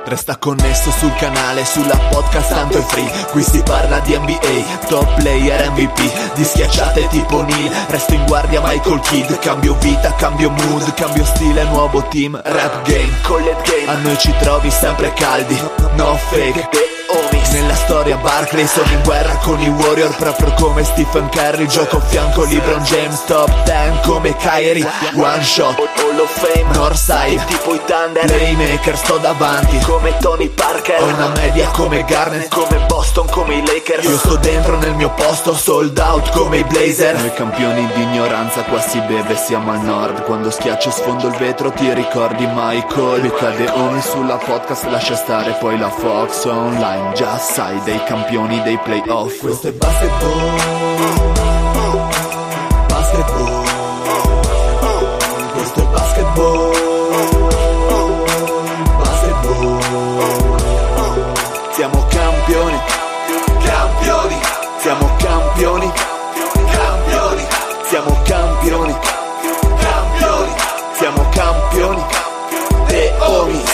Resta connesso sul canale, sulla podcast tanto è free. Qui si parla di NBA, top player MVP, di schiacciate tipo Neil. Resto in guardia Michael Kidd, cambio vita, cambio mood, cambio stile, nuovo team, rap game, collet game. A noi ci trovi sempre caldi, no fake, homies. Nella storia Barkley, sono in guerra con i Warrior, proprio come Stephen Curry. Gioco a fianco LeBron James, top 10 come Kyrie. One shot, Hall of Fame, Northside, tipo i Thunder, Playmaker, sto davanti come Tony Parker. Ho una media come Garnett, come Boston, come i Lakers. Io sto dentro nel mio posto, sold out come i Blazer. Noi campioni di ignoranza, qua si beve, siamo al nord. Quando schiaccio sfondo il vetro ti ricordi Michael. Mi cade ogni sulla podcast, lascia stare poi la Fox online. Già sai, dei campioni dei playoff. Questo è basketball, basketball. Questo è basketball, basketball. Siamo campioni, campioni. Siamo campioni, campioni. Siamo campioni, campioni. Siamo campioni, The Homies.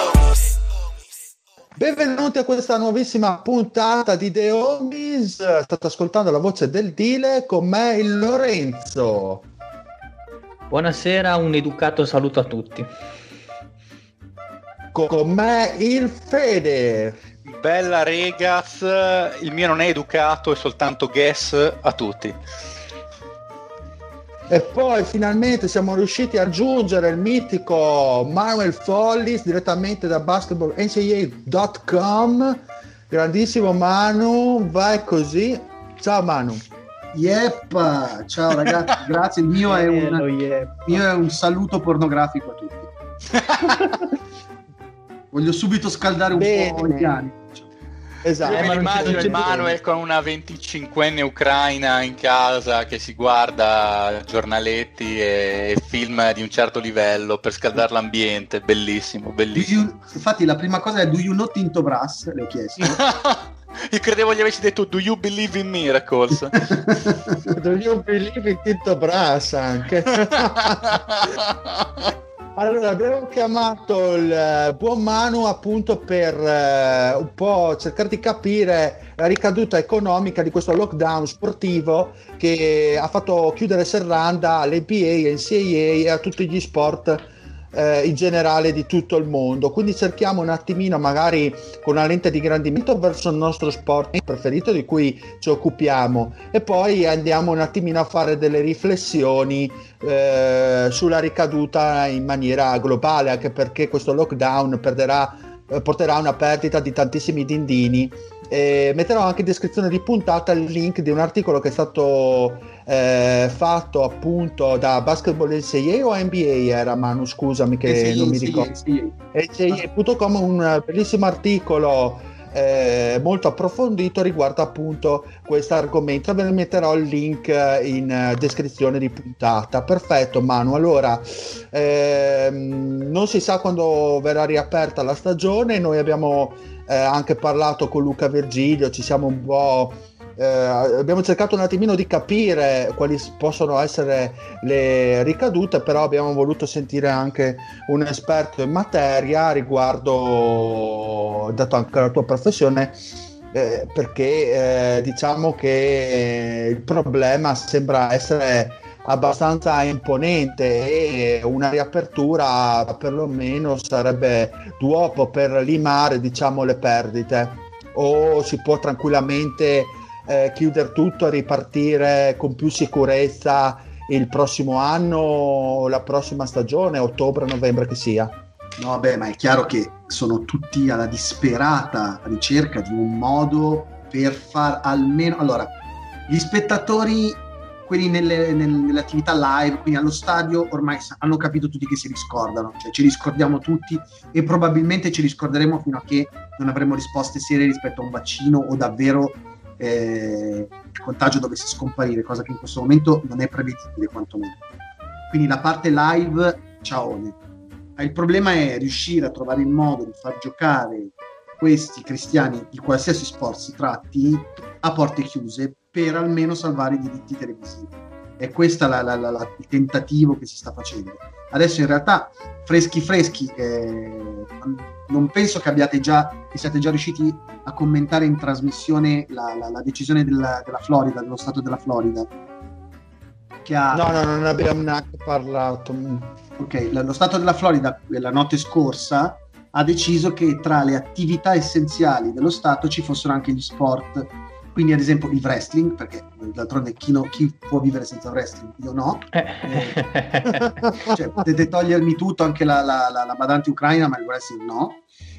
Benvenuti a questa nuovissima puntata di The Homies. State ascoltando la voce del Dile, con me il Lorenzo. Buonasera, un educato saluto a tutti. Con me il Fede. Bella regas, il mio non è educato, è soltanto guess a tutti. E poi finalmente siamo riusciti a aggiungere il mitico Manuel Follis direttamente da basketballncaa.com. Grandissimo Manu, vai così. Ciao Manu. Yep, ciao ragazzi, grazie. Il mio è un saluto pornografico a tutti. Voglio subito scaldare un po' i piani. Esatto. Io mi immagino il Manuel con una 25enne ucraina in casa che si guarda giornaletti e film di un certo livello per scaldare l'ambiente. Bellissimo, bellissimo. Infatti la prima cosa è do you know Tinto Brass? Le ho chiesto. Io credevo gli avessi detto do you believe in miracles? Do you believe in Tinto Brass anche? Allora, abbiamo chiamato il buon Manu appunto per un po' cercare di capire la ricaduta economica di questo lockdown sportivo che ha fatto chiudere serranda all'NBA, NCAA e a tutti gli sport in generale di tutto il mondo. Quindi cerchiamo un attimino, magari con una lente di ingrandimento, verso il nostro sport preferito di cui ci occupiamo, e poi andiamo un attimino a fare delle riflessioni sulla ricaduta in maniera globale, anche perché questo lockdown porterà a una perdita di tantissimi dindini. Metterò anche in descrizione di puntata il link di un articolo che è stato fatto appunto da Basketball NCAA o NBA era, Manu, scusami che non mi ricordo, NCAA.com, un bellissimo articolo molto approfondito riguardo appunto questo argomento. Ve ne metterò il link in descrizione di puntata. Perfetto Manu, allora non si sa quando verrà riaperta la stagione. Noi abbiamo anche parlato con Luca Virgilio, ci siamo un po' abbiamo cercato un attimino di capire quali possono essere le ricadute, però abbiamo voluto sentire anche un esperto in materia riguardo, dato anche la tua professione, perché diciamo che il problema sembra essere abbastanza imponente e una riapertura perlomeno sarebbe d'uopo per limare, diciamo, le perdite, o si può tranquillamente chiudere tutto e ripartire con più sicurezza il prossimo anno, la prossima stagione, ottobre, novembre che sia. No, beh, ma è chiaro che sono tutti alla disperata ricerca di un modo per far almeno... Allora, gli spettatori, quelli nelle attività live, quindi allo stadio, ormai hanno capito tutti che si riscordano, cioè ci riscordiamo tutti e probabilmente ci riscorderemo fino a che non avremo risposte serie rispetto a un vaccino o davvero il contagio dovesse scomparire, cosa che in questo momento non è prevedibile quantomeno. Quindi la parte live, ciaone. Il problema è riuscire a trovare il modo di far giocare questi cristiani di qualsiasi sport si tratti a porte chiuse per almeno salvare i diritti televisivi. È questo il tentativo che si sta facendo. Adesso in realtà freschi, non penso che siate già riusciti a commentare in trasmissione la decisione della Florida, dello stato della Florida. No, non abbiamo neanche parlato. Ok, lo stato della Florida la notte scorsa ha deciso che tra le attività essenziali dello stato ci fossero anche gli sport. Quindi ad esempio il wrestling, perché d'altronde chi può vivere senza wrestling? Io no. Cioè, potete togliermi tutto, anche la badante ucraina, ma il wrestling no.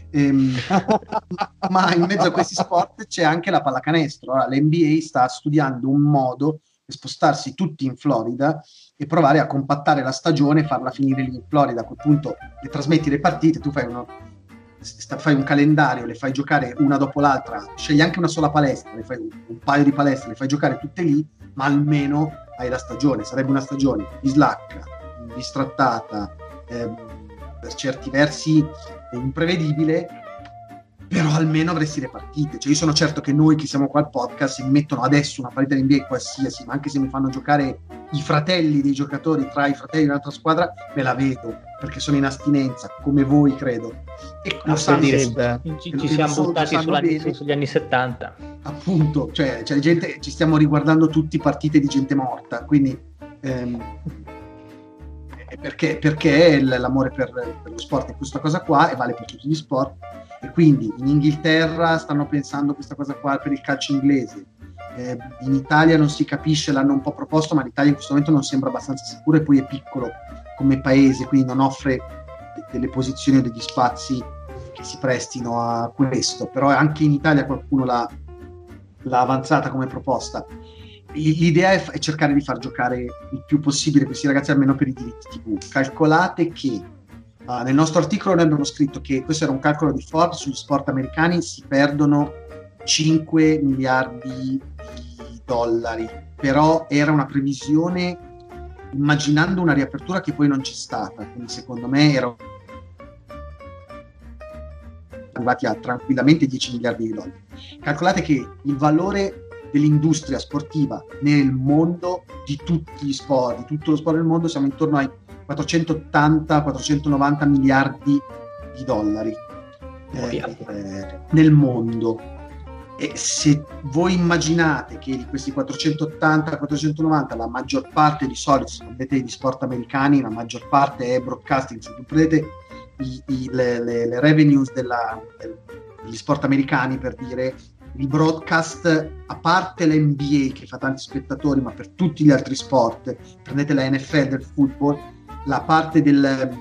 Ma in mezzo a questi sport c'è anche la pallacanestro. Allora, l'NBA sta studiando un modo per spostarsi tutti in Florida e provare a compattare la stagione e farla finire lì in Florida. A quel punto le trasmetti le partite, tu fai un calendario, le fai giocare una dopo l'altra, scegli anche una sola palestra, le fai un paio di palestre, le fai giocare tutte lì, ma almeno hai la stagione. Sarebbe una stagione bislacca, bistrattata, per certi versi imprevedibile, però almeno avresti le partite. Cioè io sono certo che noi che siamo qua al podcast, se mi mettono adesso una partita di NBA qualsiasi, ma anche se mi fanno giocare i fratelli dei giocatori tra i fratelli di un'altra squadra, me la vedo, perché sono in astinenza come voi, credo, e lo sanno, ci siamo buttati sugli anni 70, appunto. Cioè gente, ci stiamo riguardando tutti partite di gente morta, quindi perché l'amore per lo sport è questa cosa qua, e vale per tutti gli sport. E quindi in Inghilterra stanno pensando questa cosa qua per il calcio inglese, in Italia non si capisce, l'hanno un po' proposto, ma l'Italia in questo momento non sembra abbastanza sicuro, e poi è piccolo come paese, quindi non offre delle posizioni o degli spazi che si prestino a questo. Però anche in Italia qualcuno l'ha avanzata come proposta. L'idea è cercare di far giocare il più possibile questi ragazzi, almeno per i diritti TV. Calcolate che nel nostro articolo noi abbiamo scritto che questo era un calcolo di Forbes, sugli sport americani si perdono 5 miliardi di dollari, però era una previsione immaginando una riapertura che poi non c'è stata, quindi secondo me erano arrivati a tranquillamente 10 miliardi di dollari. Calcolate che il valore dell'industria sportiva nel mondo, di tutti gli sport, di tutto lo sport del mondo, siamo intorno ai 480-490 miliardi di dollari nel mondo. E se voi immaginate che di questi 480-490 la maggior parte, di solito, se prendete gli sport americani, la maggior parte è broadcasting, se tu prendete le revenues degli sport americani, per dire, il broadcast, a parte l'NBA che fa tanti spettatori, ma per tutti gli altri sport, prendete la NFL del football, la parte dei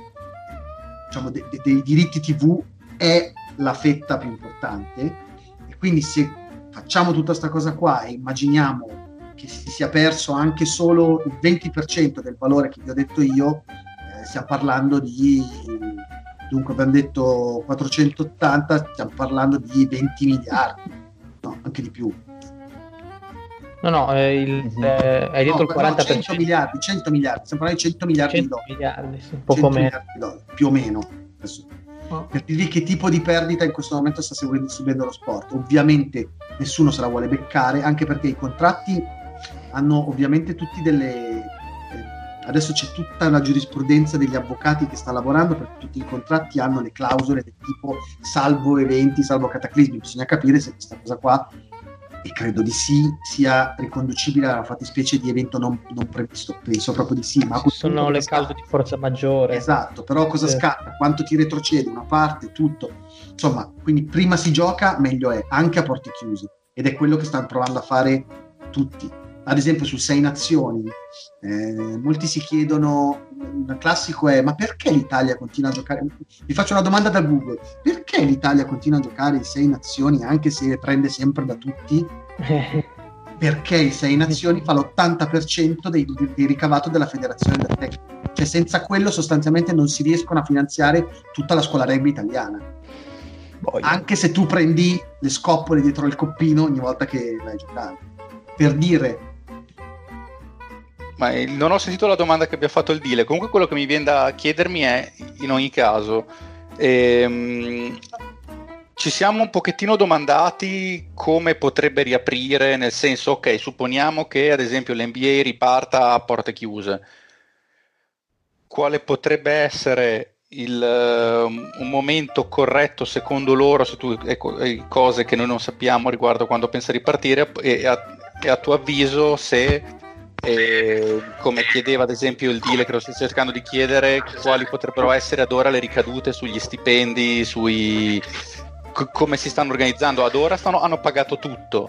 diritti TV è la fetta più importante. E quindi se facciamo tutta questa cosa qua e immaginiamo che si sia perso anche solo il 20% del valore che vi ho detto io, stiamo parlando di, dunque abbiamo detto 480, stiamo parlando di 20 miliardi, no, anche di più. No, hai detto il 40%. 100 miliardi, stiamo parlando di 100 miliardi di dollari. Miliardi, sì, un poco meno. Più o meno. Adesso, per dirvi che tipo di perdita in questo momento sta subendo lo sport. Ovviamente nessuno se la vuole beccare, anche perché i contratti hanno ovviamente tutti adesso c'è tutta la giurisprudenza degli avvocati che sta lavorando, perché tutti i contratti hanno le clausole del tipo salvo eventi, salvo cataclismi. Bisogna capire se questa cosa qua, e credo di sì, sia riconducibile alla fattispecie di evento non previsto. Penso proprio di sì. Ma sono le cause di forza maggiore. Esatto, però cosa scatta? Quanto ti retrocede una parte, tutto. Insomma, quindi prima si gioca, meglio è, anche a porte chiuse. Ed è quello che stanno provando a fare tutti. Ad esempio su 6 nazioni, molti si chiedono, un classico è: ma perché l'Italia continua a giocare? Vi faccio una domanda da Google: perché l'Italia continua a giocare in 6 nazioni anche se prende sempre da tutti? Perché i 6 nazioni fa l'80% dei ricavato della federazione del rugby. Cioè senza quello sostanzialmente non si riescono a finanziare tutta la scuola rugby italiana. Anche se tu prendi le scoppole dietro il coppino ogni volta che vai a giocare. Per dire. Ma non ho sentito la domanda che abbia fatto il Dile. Comunque quello che mi viene da chiedermi è, in ogni caso, ci ci siamo un pochettino domandati come potrebbe riaprire, nel senso, ok, supponiamo che ad esempio l'NBA riparta a porte chiuse. Quale potrebbe essere un momento corretto secondo loro, se tu, cose che noi non sappiamo riguardo quando pensa a ripartire, e a tuo avviso se, come chiedeva ad esempio il deal che lo stai cercando di chiedere, quali potrebbero essere ad ora le ricadute sugli stipendi, come si stanno organizzando. Ad ora hanno pagato tutto.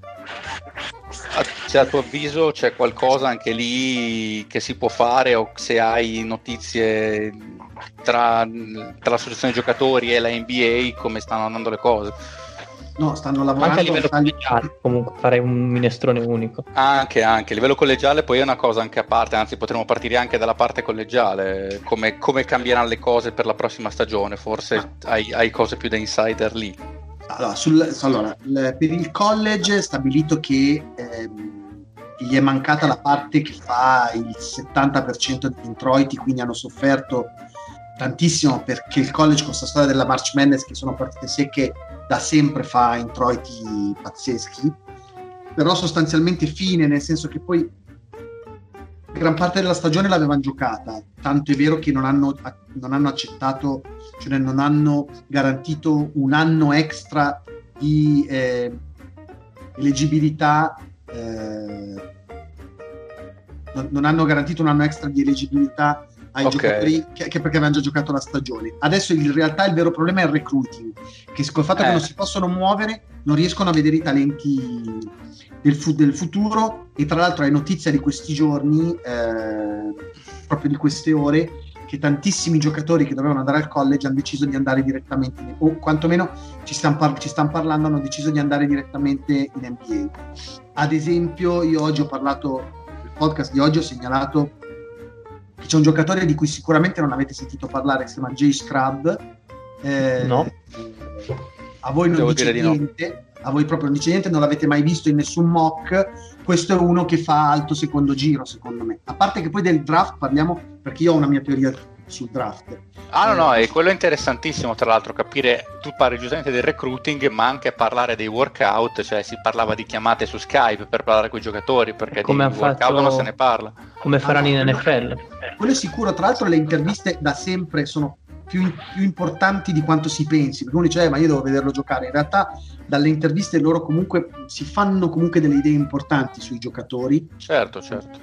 Cioè, a tuo avviso c'è qualcosa anche lì che si può fare, o se hai notizie tra l'associazione giocatori e la NBA, come stanno andando le cose? No, stanno lavorando anche a livello collegiale, comunque farei un minestrone unico. Anche a livello collegiale poi è una cosa anche a parte, anzi potremmo partire anche dalla parte collegiale, come cambieranno le cose per la prossima stagione, forse hai cose più da insider lì. Allora, per il college è stabilito che gli è mancata la parte che fa il 70% degli introiti, quindi hanno sofferto tantissimo, perché il college con questa storia della March Madness, che sono partite secche, da sempre fa introiti pazzeschi, però sostanzialmente fine, nel senso che poi gran parte della stagione l'avevano giocata, tanto è vero che non hanno accettato, cioè non hanno garantito un anno extra di eleggibilità, non hanno garantito un anno extra di eleggibilità ai giocatori che perché avevano già giocato la stagione. Adesso in realtà il vero problema è il recruiting, che col fatto che non si possono muovere non riescono a vedere i talenti del futuro, e tra l'altro è notizia di questi giorni, proprio di queste ore, che tantissimi giocatori che dovevano andare al college hanno deciso di andare direttamente o quantomeno ci stanno parlando, hanno deciso di andare direttamente in NBA. Ad esempio, io oggi ho parlato, nel podcast di oggi ho segnalato che c'è un giocatore di cui sicuramente non avete sentito parlare, che si chiama Jay Scrubb. No. A voi non Devo dice dire niente, di no. A voi proprio non dice niente, non l'avete mai visto in nessun mock. Questo è uno che fa alto secondo giro, secondo me. A parte che poi del draft parliamo, perché io ho una mia teoria sul draft. No, e quello è interessantissimo, tra l'altro, capire, tu parli giustamente del recruiting, ma anche parlare dei workout, cioè si parlava di chiamate su Skype per parlare con i giocatori, perché di workout non se ne parla. Come faranno in NFL. Quello è sicuro, tra l'altro le interviste da sempre sono più importanti di quanto si pensi, perché uno dice ma io devo vederlo giocare. In realtà dalle interviste loro comunque si fanno comunque delle idee importanti sui giocatori. Certo.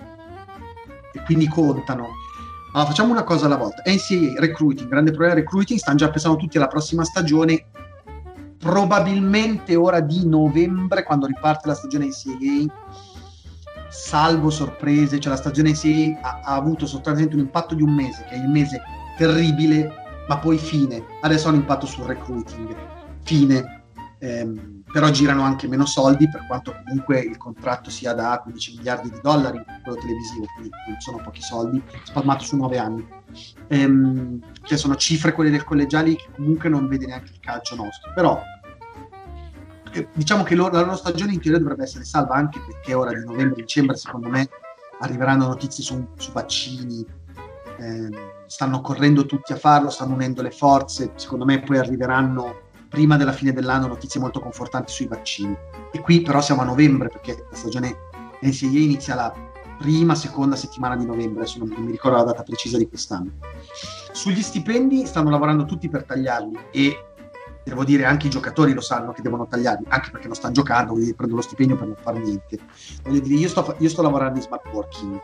E quindi contano. Allora, facciamo una cosa alla volta. NCAA, recruiting, grande problema recruiting, stanno già pensando tutti alla prossima stagione, probabilmente ora di novembre, quando riparte la stagione NCAA, salvo sorprese, cioè la stagione NCAA ha avuto sostanzialmente un impatto di un mese, che è il mese terribile, ma poi fine. Adesso ha un impatto sul recruiting, fine. Però girano anche meno soldi, per quanto comunque il contratto sia da 15 miliardi di dollari, quello televisivo, quindi non sono pochi soldi, spalmato su 9 anni. Che sono cifre quelle del collegiali che comunque non vede neanche il calcio nostro. Però diciamo che la loro stagione in teoria dovrebbe essere salva, anche perché ora di novembre-dicembre secondo me arriveranno notizie su vaccini, stanno correndo tutti a farlo, stanno unendo le forze, secondo me poi arriveranno prima della fine dell'anno notizie molto confortanti sui vaccini. E qui però siamo a novembre, perché la stagione NCAA inizia la seconda settimana di novembre, adesso non mi ricordo la data precisa di quest'anno. Sugli stipendi stanno lavorando tutti per tagliarli, e devo dire anche i giocatori lo sanno che devono tagliarli, anche perché non stanno giocando, quindi prendo lo stipendio per non fare niente. Voglio dire, io sto lavorando in smart working,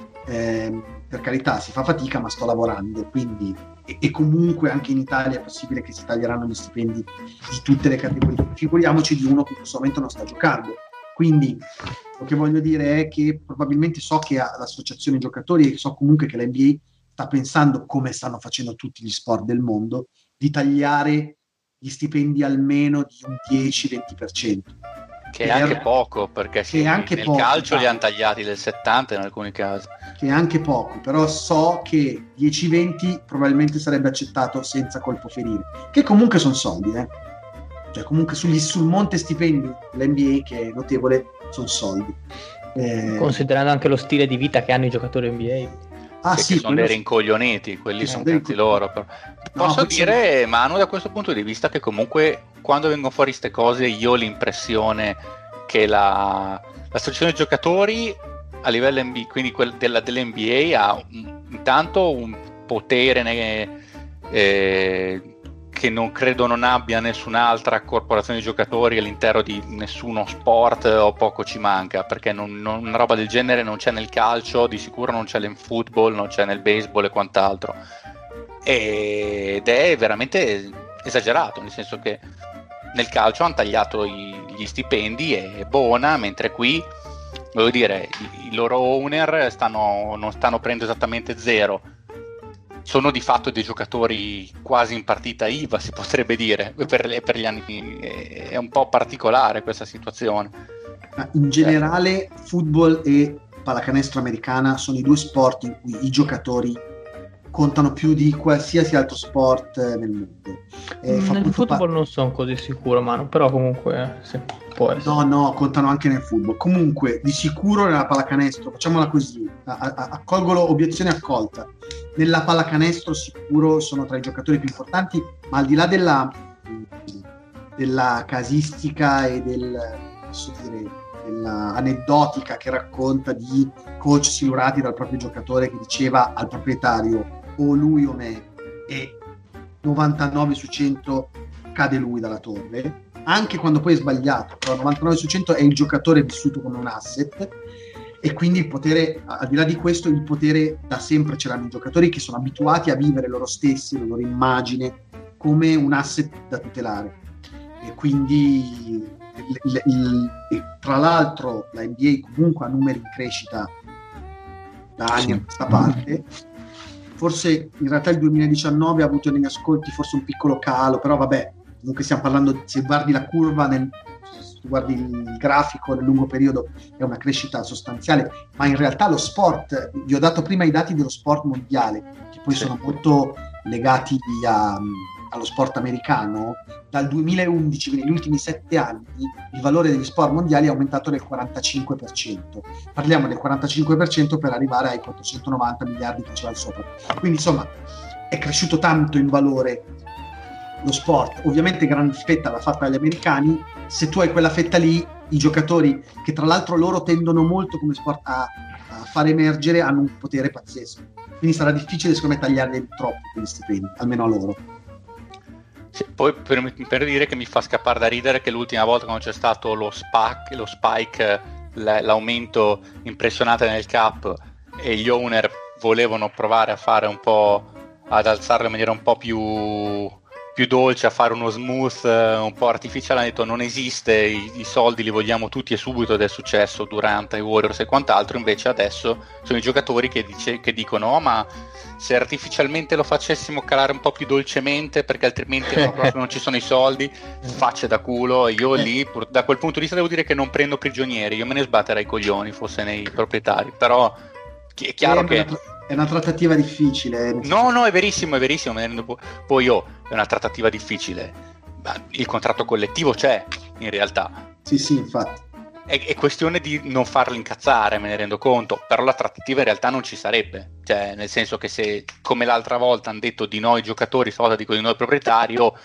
per carità si fa fatica, ma sto lavorando, quindi e comunque anche in Italia è possibile che si taglieranno gli stipendi di tutte le categorie, figuriamoci di uno che in questo momento non sta giocando. Quindi lo che voglio dire è che probabilmente so che l'associazione giocatori, e so comunque che la NBA sta pensando, come stanno facendo tutti gli sport del mondo, di tagliare gli stipendi almeno di un 10-20%. Che è anche poco, perché nel calcio li hanno tagliati del 70% in alcuni casi. Che è anche poco, però so che 10-20 probabilmente sarebbe accettato senza colpo ferire, che comunque sono soldi, cioè comunque sul monte stipendi l'NBA, che è notevole, sono soldi. Considerando anche lo stile di vita che hanno i giocatori NBA. sì, sono dei rincoglioniti, quelli sono cazzi loro. Però. Posso dire, Manu, da questo punto di vista, che comunque quando vengono fuori queste cose io ho l'impressione che l'associazione dei giocatori a livello NBA, quindi dell'NBA, ha intanto un potere che non credo non abbia nessun'altra corporazione di giocatori all'interno di nessuno sport, o poco ci manca, perché una roba del genere non c'è nel calcio, di sicuro non c'è nel football, non c'è nel baseball e quant'altro, ed è veramente esagerato, nel senso che nel calcio hanno tagliato gli stipendi e buona, mentre qui, voglio dire, i loro owner non stanno prendendo esattamente zero, sono di fatto dei giocatori quasi in partita IVA, si potrebbe dire, per gli anni. È un po' particolare questa situazione. In generale, football e pallacanestro americana sono i due sport in cui i giocatori contano più di qualsiasi altro sport nel mondo. Nel football non sono così sicuro, Manu, però comunque sì, può essere. No, contano anche nel football. Comunque, di sicuro nella pallacanestro, faccimola così, accolgo l'obiezione accolta. Nella pallacanestro sicuro sono tra i giocatori più importanti, ma al di là della casistica e della aneddotica che racconta di coach silurati dal proprio giocatore che diceva al proprietario o lui o me, e 99 su 100 cade lui dalla torre, anche quando poi è sbagliato, però 99 su 100 è il giocatore vissuto come un asset, e quindi il potere, al di là di questo, il potere da sempre ce l'hanno i giocatori, che sono abituati a vivere loro stessi, la loro immagine come un asset da tutelare, e quindi tra l'altro la NBA comunque ha numeri in crescita da anni a questa parte. Forse in realtà il 2019 ha avuto negli ascolti forse un piccolo calo, però vabbè, comunque stiamo parlando, se guardi la curva, se guardi il grafico nel lungo periodo, è una crescita sostanziale, ma in realtà lo sport, vi ho dato prima i dati dello sport mondiale, che poi sono molto legati allo sport americano. Dal 2011, quindi negli ultimi 7 anni, il valore degli sport mondiali è aumentato del 45%. Parliamo del 45% per arrivare ai 490 miliardi che c'era sopra. Quindi insomma è cresciuto tanto in valore lo sport. Ovviamente gran fetta l'ha fatta agli americani. Se tu hai quella fetta lì, i giocatori, che tra l'altro loro tendono molto come sport a far emergere, hanno un potere pazzesco. Quindi sarà difficile secondo me tagliarli troppo quegli stipendi, almeno a loro. Sì, poi per dire che mi fa scappare da ridere che l'ultima volta quando c'è stato lo spike, l'aumento impressionante nel cap, e gli owner volevano provare a fare un po', ad alzarlo in maniera un po' più dolce, a fare uno smooth un po' artificiale, hanno detto non esiste, i soldi li vogliamo tutti e subito, ed è successo durante i Warriors e quant'altro. Invece adesso sono i giocatori che dicono oh, ma se artificialmente lo facessimo calare un po' più dolcemente, perché altrimenti proprio non ci sono i soldi, facce da culo. E io lì, da quel punto di vista, devo dire che non prendo prigionieri, io me ne sbatterei i coglioni fosse nei proprietari, però è chiaro che è una trattativa difficile. No, è verissimo, poi è una trattativa difficile, ma il contratto collettivo c'è, in realtà. Sì, infatti. È questione di non farli incazzare, me ne rendo conto, però la trattativa in realtà non ci sarebbe, cioè nel senso che se, come l'altra volta hanno detto di noi giocatori, stavolta dico di noi proprietario,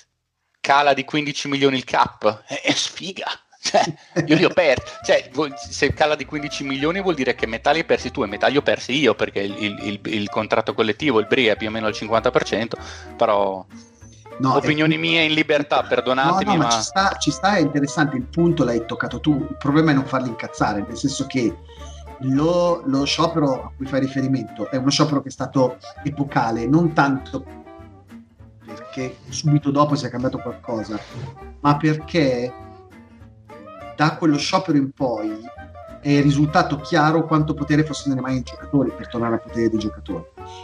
cala di 15 milioni il cap, è sfiga. Cioè, io li ho persi, cioè, se cala di 15 milioni vuol dire che metà li hai persi tu e metà li ho persi io, perché il contratto collettivo, il BRI è più o meno al 50%, però opinioni mie in libertà, perdonatemi, ma ci sta, è interessante, il punto l'hai toccato tu, il problema è non farli incazzare, nel senso che lo sciopero a cui fai riferimento è uno sciopero che è stato epocale, non tanto perché subito dopo si è cambiato qualcosa, ma perché da quello sciopero in poi è risultato chiaro quanto potere fosse nelle mani dei giocatori, per tornare al potere dei giocatori,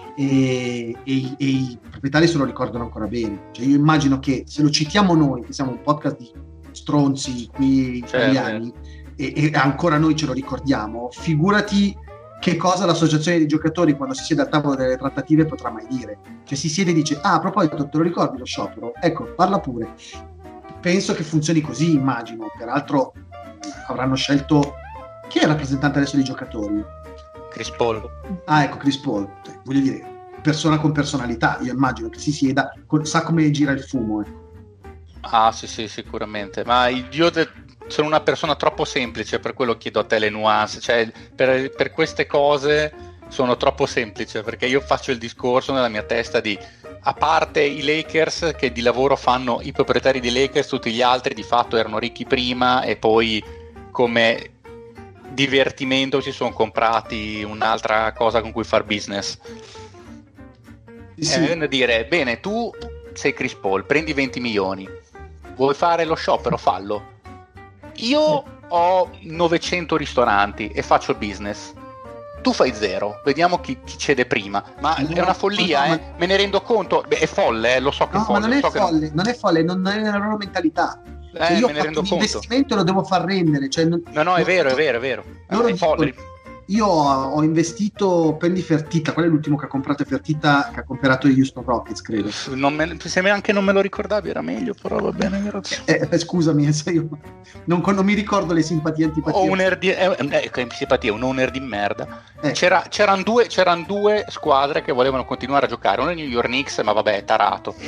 e i proprietari se lo ricordano ancora bene. Cioè, io immagino che se lo citiamo noi, che siamo un podcast di stronzi qui italiani, e ancora noi ce lo ricordiamo, figurati che cosa l'associazione dei giocatori, quando si siede al tavolo delle trattative, potrà mai dire. Cioè si siede e dice a proposito, te lo ricordi lo sciopero? Ecco, parla pure. Penso che funzioni così, immagino. Peraltro avranno scelto chi è il rappresentante adesso dei giocatori? Chris Paul. Ah, ecco, Chris Paul. Voglio dire, persona con personalità, io immagino che si sieda, sa come gira il fumo. Ah, sì, sicuramente. Ma io sono una persona troppo semplice, per quello chiedo a te le nuance. Cioè, per queste cose sono troppo semplice, perché io faccio il discorso nella mia testa di, a parte i Lakers, che di lavoro fanno i proprietari dei Lakers, tutti gli altri di fatto erano ricchi prima e poi come divertimento si sono comprati un'altra cosa con cui far business. Sì. È dire, bene, tu sei Chris Paul, prendi 20 milioni, vuoi fare lo sciopero, fallo. Io ho 900 ristoranti e faccio business, tu fai 0, vediamo chi cede prima. Ma è una follia, me ne rendo conto. Beh, è folle, lo so che è folle. Ma non è folle, non è la loro mentalità. Cioè, io me ne rendo conto. L'investimento lo devo far rendere. Cioè, è vero. È folle. Io ho investito, prendi Fertitta, qual è l'ultimo che ha comprato Fertitta, che ha comprato gli Houston Rockets, credo. Se anche non me lo ricordavi era meglio, però va bene, grazie. Scusami, se io non mi ricordo le simpatie e antipatie. Un owner di merda. C'erano due squadre che volevano continuare a giocare, uno è New York Knicks, ma vabbè, tarato.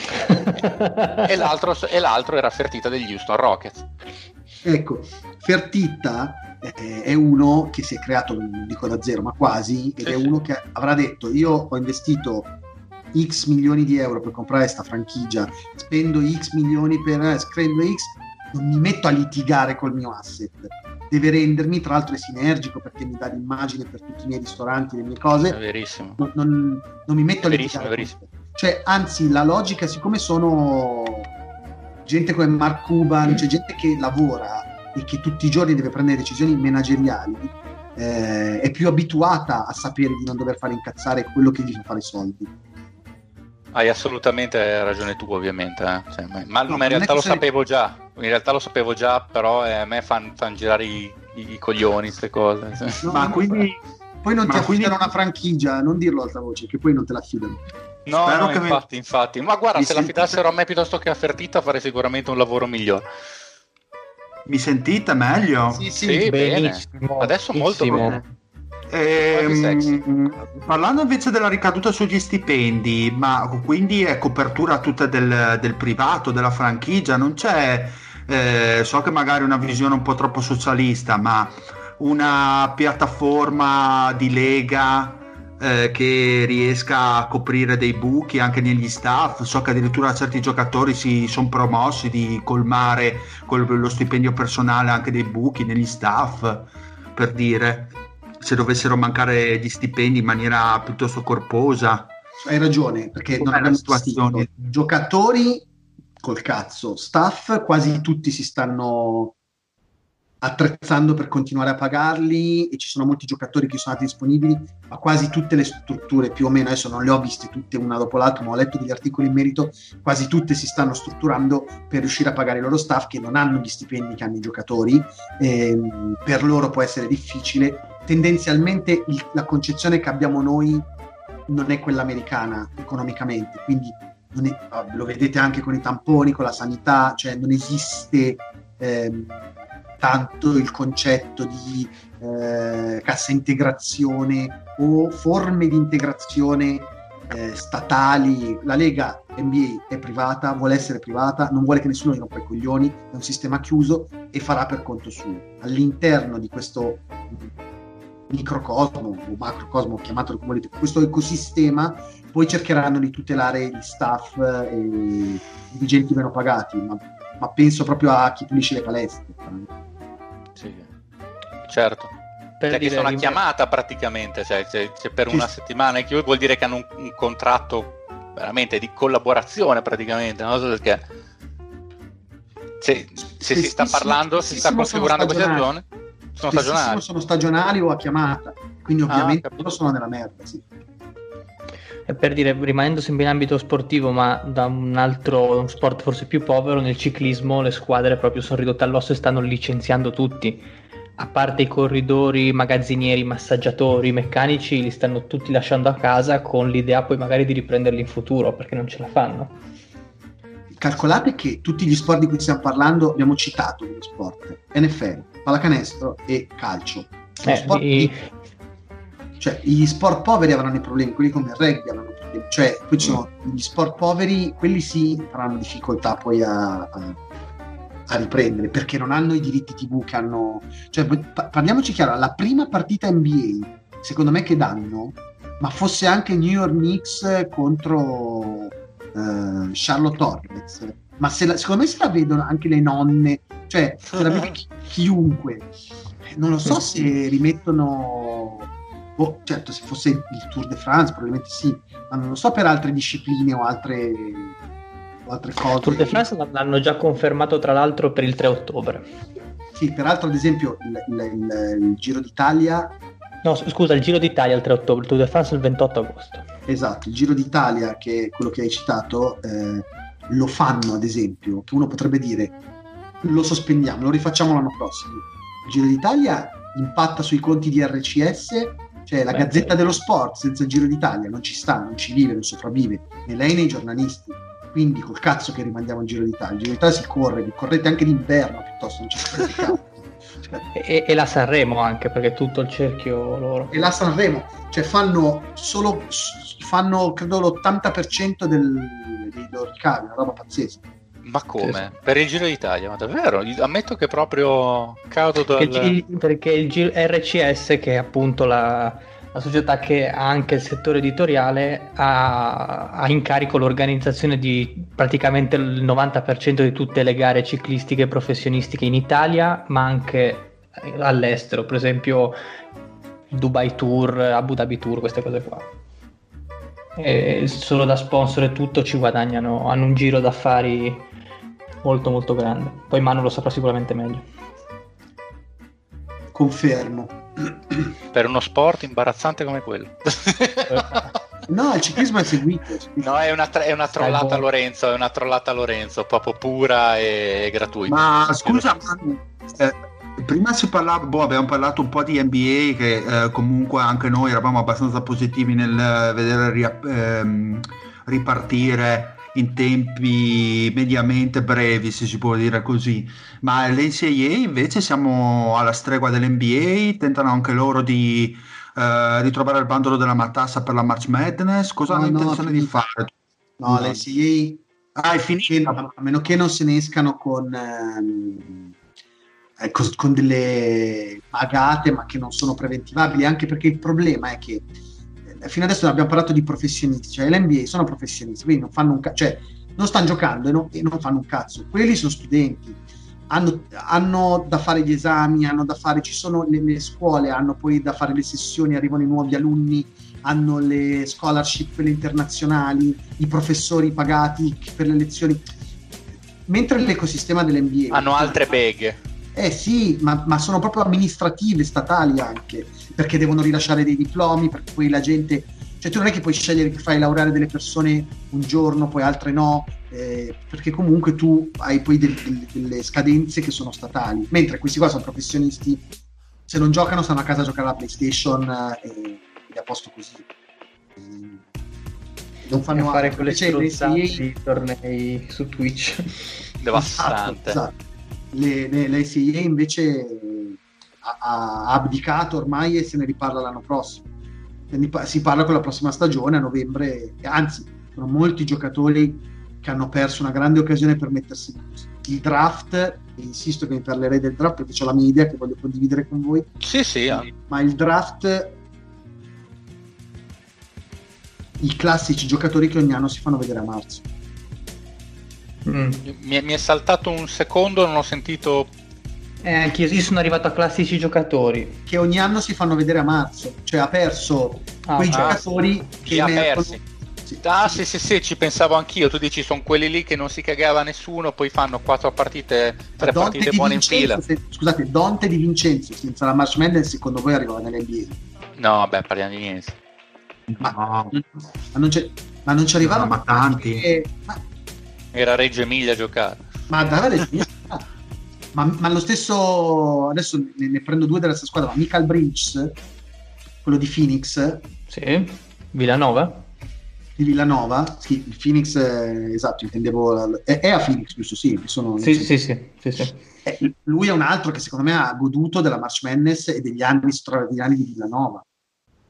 e l'altro era Fertitta degli Houston Rockets. Ecco, Fertitta è uno che si è creato, non dico da zero, ma quasi, ed è uno che avrà detto: io ho investito X milioni di euro per comprare sta franchigia, spendo X milioni spendo X, non mi metto a litigare col mio asset, deve rendermi, tra l'altro è sinergico perché mi dà l'immagine per tutti i miei ristoranti, le mie cose. È verissimo. Non mi metto a litigare. Verissimo. Cioè, anzi, la logica, siccome sono gente come Mark Cuban, c'è gente che lavora e che tutti i giorni deve prendere decisioni manageriali, è più abituata a sapere di non dover fare incazzare quello che gli fa fare soldi. Hai assolutamente ragione tu, ovviamente. Cioè, ma in realtà lo sapevo già. In realtà lo sapevo già, però a me fanno girare i coglioni queste cose. No, ma quindi poi non ti affidano una franchigia, non dirlo a alta voce, che poi non te la affidano. No, infatti. Ma guarda, se la affidassero a me piuttosto che a Fertitta, farei sicuramente un lavoro migliore. Mi sentite meglio? Sì, bene. Adesso molto bene. Parlando invece della ricaduta sugli stipendi, ma quindi è copertura tutta del privato, della franchigia, non c'è, so che magari è una visione un po' troppo socialista, ma una piattaforma di lega che riesca a coprire dei buchi anche negli staff. So che addirittura certi giocatori si sono promossi di colmare lo stipendio personale anche dei buchi negli staff, per dire, se dovessero mancare gli stipendi in maniera piuttosto corposa. Hai ragione, perché non abbiamo situazioni. Giocatori col cazzo, staff quasi tutti si stanno attrezzando per continuare a pagarli e ci sono molti giocatori che sono stati disponibili, ma quasi tutte le strutture più o meno, adesso non le ho viste tutte una dopo l'altra, ma ho letto degli articoli in merito, quasi tutte si stanno strutturando per riuscire a pagare i loro staff che non hanno gli stipendi che hanno i giocatori. Per loro può essere difficile. Tendenzialmente la concezione che abbiamo noi non è quella americana economicamente, quindi lo vedete anche con i tamponi, con la sanità, cioè non esiste tanto il concetto di cassa integrazione o forme di integrazione statali. La Lega NBA è privata, vuole essere privata, non vuole che nessuno gli rompa i coglioni, è un sistema chiuso e farà per conto suo. All'interno di questo microcosmo o macrocosmo, chiamatelo come volete, questo ecosistema, poi cercheranno di tutelare gli staff e i dirigenti meno pagati, ma penso proprio a chi pulisce le palestre. Sì, certo. Che sono una chiamata praticamente, cioè per una settimana è chiuso, vuol dire che hanno un contratto veramente di collaborazione praticamente, non so perché se si sta parlando, si sta configurando questa zone, sono stagionali o a chiamata, quindi ovviamente loro sono nella merda, sì. Per dire, rimanendo sempre in ambito sportivo, ma da uno sport forse più povero, nel ciclismo le squadre proprio sono ridotte all'osso e stanno licenziando tutti, a parte i corridori, magazzinieri, massaggiatori, meccanici, li stanno tutti lasciando a casa con l'idea poi magari di riprenderli in futuro perché non ce la fanno. Calcolate che tutti gli sport di cui stiamo parlando abbiamo citato gli sport: NFL, pallacanestro e calcio. cioè gli sport poveri avranno i problemi, quelli come il rugby avranno problemi, cioè poi ci sono gli sport poveri, quelli sì avranno difficoltà poi a riprendere, perché non hanno i diritti TV che hanno, cioè parliamoci chiaro, la prima partita NBA secondo me che danno, ma fosse anche New York Knicks contro Charlotte Hornets, ma secondo me se la vedono anche le nonne, cioè se la vede chiunque, non lo so se rimettono, certo se fosse il Tour de France probabilmente sì, ma non lo so per altre discipline o altre cose. Il Tour de France l'hanno già confermato tra l'altro per il 3 ottobre. Sì, peraltro ad esempio il Giro d'Italia, no scusa, il Giro d'Italia il 3 ottobre, il Tour de France il 28 agosto. Esatto, il Giro d'Italia, che è quello che hai citato, lo fanno ad esempio, che uno potrebbe dire lo sospendiamo, lo rifacciamo l'anno prossimo. Il Giro d'Italia impatta sui conti di RCS, cioè la Gazzetta dello Sport senza il Giro d'Italia non ci sta, non ci vive, non sopravvive, né lei né i giornalisti, quindi col cazzo che rimandiamo il Giro d'Italia. Il Giro d'Italia si corre, vi correte anche d'inverno piuttosto, non c'è cazzo. E la Sanremo anche, perché è tutto il cerchio loro. E la Sanremo, cioè fanno credo l'80% dei loro ricavi, una roba pazzesca. Ma come? Sì. Per il Giro d'Italia? Ma davvero? Ammetto che proprio cado dal... Perché il RCS, che è appunto la società che ha anche il settore editoriale, ha in carico l'organizzazione di praticamente il 90% di tutte le gare ciclistiche professionistiche in Italia, ma anche all'estero, per esempio Dubai Tour, Abu Dhabi Tour, queste cose qua. E solo da sponsor e tutto ci guadagnano, hanno un giro d'affari molto molto grande. Poi Manu lo saprà sicuramente meglio. Confermo. Per uno sport imbarazzante come quello. No, il ciclismo è seguito. No, è una trollata Lorenzo, è una trollata Lorenzo, proprio pura e gratuita. Ma scusa, prima si parlava, abbiamo parlato un po' di NBA, che comunque anche noi eravamo abbastanza positivi nel vedere ripartire in tempi mediamente brevi, se si può dire così, ma l'NCAA invece siamo alla stregua dell'NBA, tentano anche loro di ritrovare il bandolo della matassa per la March Madness. Cosa hanno intenzione di fare? No, l'NCAA è finita, a meno che non se ne escano con delle pagate, ma che non sono preventivabili, anche perché il problema è che fino adesso abbiamo parlato di professionisti, cioè l'NBA sono professionisti, quindi non fanno cioè non stanno giocando e non fanno un cazzo. Quelli sono studenti, hanno da fare gli esami, hanno da fare, ci sono le scuole, hanno poi da fare le sessioni, arrivano i nuovi alunni, hanno le scholarship, quelle internazionali, i professori pagati per le lezioni, mentre l'ecosistema dell'NBA hanno altre beghe. Sì, ma sono proprio amministrative, statali anche, perché devono rilasciare dei diplomi, perché poi la gente, cioè tu non è che puoi scegliere che fai laureare delle persone un giorno, poi altre no, perché comunque tu hai poi delle scadenze che sono statali, mentre questi qua sono professionisti, se non giocano stanno a casa a giocare alla PlayStation e è a posto così. Non fanno fare quelle stronzate di tornei su Twitch. Devastante. Esatto. L'NCAA invece ha abdicato ormai e se ne riparla l'anno prossimo. Si parla con la prossima stagione a novembre, anzi sono molti giocatori che hanno perso una grande occasione per mettersi il draft, e insisto che mi parlerei del draft perché ho la mia idea che voglio condividere con voi. Sì. Ma il draft, i classici giocatori che ogni anno si fanno vedere a marzo. Mi è saltato un secondo, non ho sentito. Anch'io sono arrivato a classici giocatori che ogni anno si fanno vedere a marzo, cioè ha perso quei giocatori che persi. Sì, ci pensavo anch'io. Tu dici sono quelli lì che non si cagava nessuno, poi fanno 3 partite buone in fila. Scusate, Dante Di Vincenzo senza la March Madness secondo voi arrivava nell'NBA? No, vabbè, parliamo di niente. Ma non ci arrivavano, ma tanti. Era Reggio Emilia a giocare. Ma dai, ma lo stesso, adesso ne prendo 2 della stessa squadra, ma Michael Bridges, quello di Phoenix. Sì, Villanova. Di Villanova, sì, il Phoenix, esatto, intendevo, è a Phoenix, giusto? Sì. Sì. Lui è un altro che secondo me ha goduto della March Madness e degli anni straordinari di Villanova.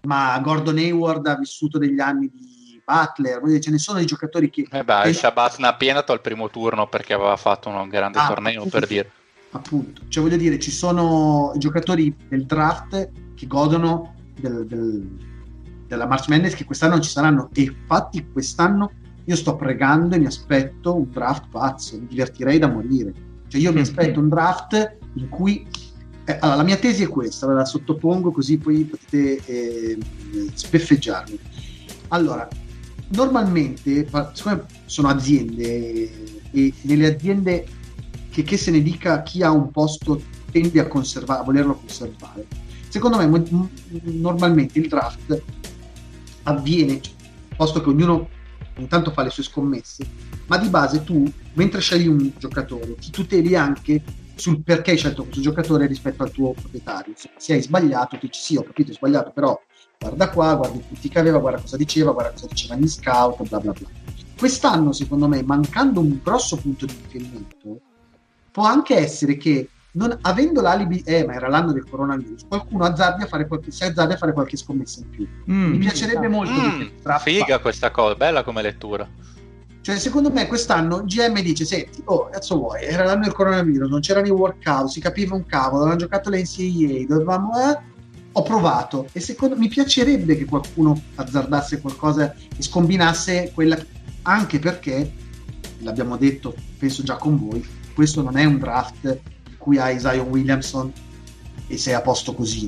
ma Gordon Hayward ha vissuto degli anni di Butler, voglio dire, ce ne sono dei giocatori che... Shabazz Napianato al primo turno perché aveva fatto un grande torneo, appunto, per dire. Appunto, cioè voglio dire, ci sono giocatori del draft che godono della March Madness, che quest'anno ci saranno, e infatti quest'anno io sto pregando e mi aspetto un draft pazzo, mi divertirei da morire. Cioè io mi aspetto un draft in cui... allora, la mia tesi è questa, ve la sottopongo così poi potete speffeggiarmi. Allora, normalmente, siccome sono aziende, e nelle aziende che se ne dica, chi ha un posto tende a volerlo conservare, secondo me normalmente il draft avviene, posto che ognuno intanto fa le sue scommesse, ma di base tu, mentre scegli un giocatore, ti tuteli anche sul perché hai scelto questo giocatore rispetto al tuo proprietario. Se hai sbagliato, tu dici sì, ho capito, hai sbagliato, però guarda qua, guarda i punti che aveva, guarda cosa dicevano gli scout, bla bla bla. Quest'anno, secondo me, mancando un grosso punto di riferimento, può anche essere che, non avendo l'alibi, ma era l'anno del coronavirus, qualcuno si azzardi a fare qualche scommessa in più. Mi piacerebbe molto figa questa cosa, bella come lettura. Cioè, secondo me quest'anno il GM dice: senti, cazzo vuoi, era l'anno del coronavirus, non c'erano i workout, si capiva un cavolo, avevano giocato le NCAA, dovevamo ho provato, e mi piacerebbe che qualcuno azzardasse qualcosa e scombinasse quella, anche perché l'abbiamo detto, penso già con voi, questo non è un draft in cui hai Zion Williamson e sei a posto così.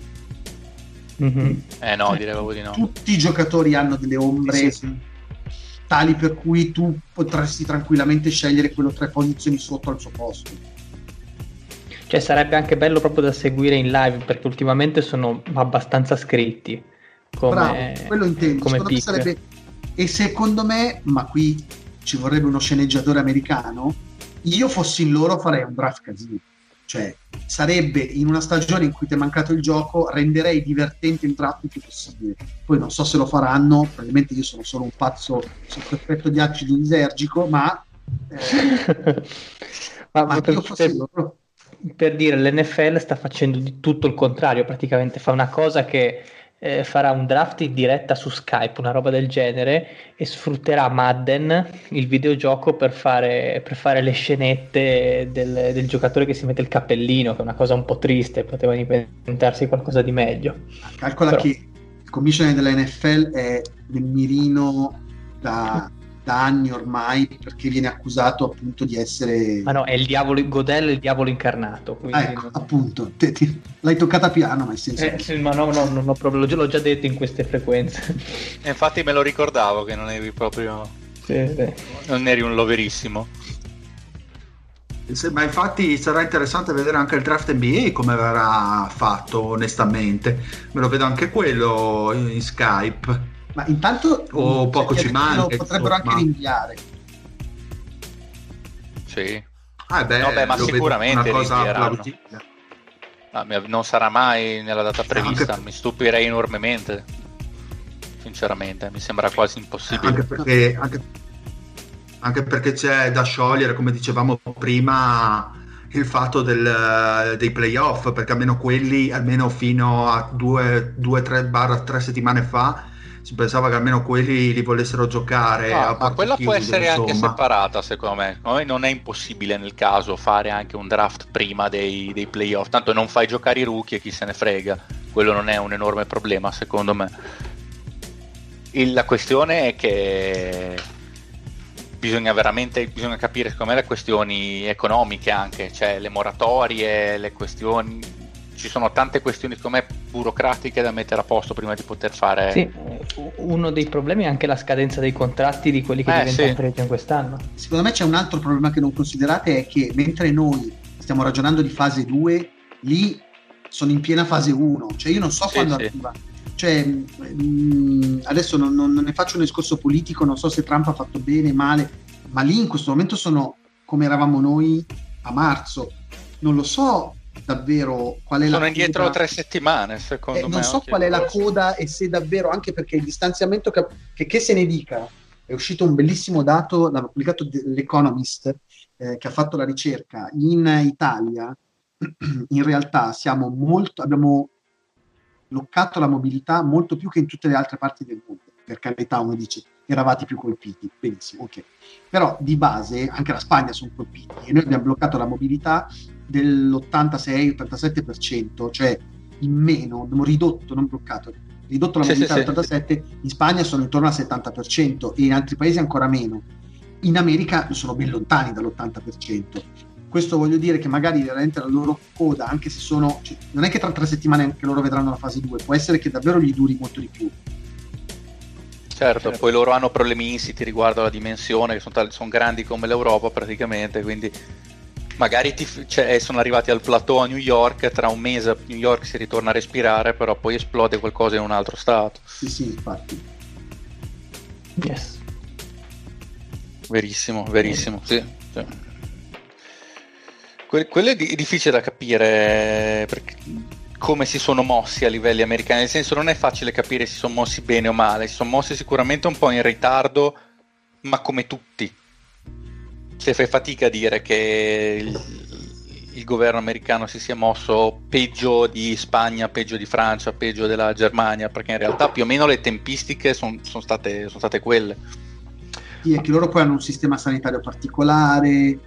No, direi proprio di no. Tutti i giocatori hanno delle ombre tali per cui tu potresti tranquillamente scegliere quello 3 posizioni sotto al suo posto. Cioè sarebbe anche bello proprio da seguire in live, perché ultimamente sono abbastanza scritti come, bravo, quello intendo, come secondo me sarebbe, e secondo me, ma qui ci vorrebbe uno sceneggiatore americano, io fossi in loro farei un draft casino. Cioè, sarebbe in una stagione in cui ti è mancato il gioco, renderei divertente il draft il più possibile. Poi non so se lo faranno, probabilmente io sono solo un pazzo sotto effetto di acido lisergico, ma io fossi loro. Per dire, l'NFL sta facendo di tutto il contrario, praticamente fa una cosa che farà un draft in diretta su Skype, una roba del genere, e sfrutterà Madden, il videogioco, per fare le scenette del giocatore che si mette il cappellino, che è una cosa un po' triste, poteva inventarsi qualcosa di meglio. Calcola che il commissioner della NFL è nel mirino da anni ormai, perché viene accusato appunto di essere... Ma no, è il diavolo, Godel è il diavolo incarnato. Ecco, appunto, l'hai toccata piano, ma nel senso... ma no, non ho proprio, l'ho già detto in queste frequenze. E infatti me lo ricordavo che non eri proprio... Sì. Non eri un loverissimo. Ma infatti sarà interessante vedere anche il draft NBA come verrà fatto, onestamente. Me lo vedo anche quello in Skype. Ma intanto poco ci manca, potrebbero anche rinviare. Sì. Ma sicuramente una cosa rinvieranno. Non sarà mai nella data prevista, mi stupirei enormemente. Sinceramente, mi sembra quasi impossibile. Anche perché c'è da sciogliere, come dicevamo prima, il fatto dei playoff, perché almeno quelli, almeno fino a 2-3 settimane fa, si pensava che almeno quelli li volessero giocare ma quella può essere anche separata, secondo me. Non è impossibile nel caso fare anche un draft prima dei playoff, tanto non fai giocare i rookie e chi se ne frega, quello non è un enorme problema secondo me. La questione è che bisogna capire secondo me le questioni economiche anche, cioè le moratorie, le questioni, ci sono tante questioni secondo me burocratiche da mettere a posto prima di poter fare. Sì, uno dei problemi è anche la scadenza dei contratti di quelli che diventano free agent quest'anno. Secondo me c'è un altro problema che non considerate, è che mentre noi stiamo ragionando di fase 2, lì sono in piena fase 1, cioè io non so quando arriva. Cioè, adesso non ne faccio un discorso politico, non so se Trump ha fatto bene o male, ma lì in questo momento sono come eravamo noi a marzo. Non lo so davvero qual è sono la indietro coda. 3 settimane secondo me. Non so qual è la coda e se davvero, anche perché il distanziamento che se ne dica, è uscito un bellissimo dato, l'ha pubblicato l'Economist, che ha fatto la ricerca in Italia. In realtà abbiamo bloccato la mobilità molto più che in tutte le altre parti del mondo. Per carità, uno dice eravate più colpiti, benissimo, ok. Però di base anche la Spagna sono colpiti e noi abbiamo bloccato la mobilità dell'86-87%, cioè in meno, abbiamo ridotto, non bloccato, ridotto la mobilità all'87%, in Spagna sono intorno al 70% e in altri paesi ancora meno. In America sono ben lontani dall'80%. Questo voglio dire che magari veramente la loro coda, anche se sono, cioè, non è che tra 3 settimane anche loro vedranno la fase 2, può essere che davvero gli duri molto di più. Certo, poi loro hanno problemi insiti riguardo alla dimensione, che sono grandi come l'Europa praticamente, quindi magari sono arrivati al plateau a New York, tra un mese a New York si ritorna a respirare, però poi esplode qualcosa in un altro stato. Sì, infatti. Yes. Verissimo, sì. Quello è difficile da capire, perché come si sono mossi a livelli americani, nel senso non è facile capire se si sono mossi bene o male, si sono mossi sicuramente un po' in ritardo, ma come tutti. Se fai fatica a dire che il governo americano si sia mosso peggio di Spagna, peggio di Francia, peggio della Germania, perché in realtà più o meno le tempistiche sono state quelle. Sì, è che loro poi hanno un sistema sanitario particolare,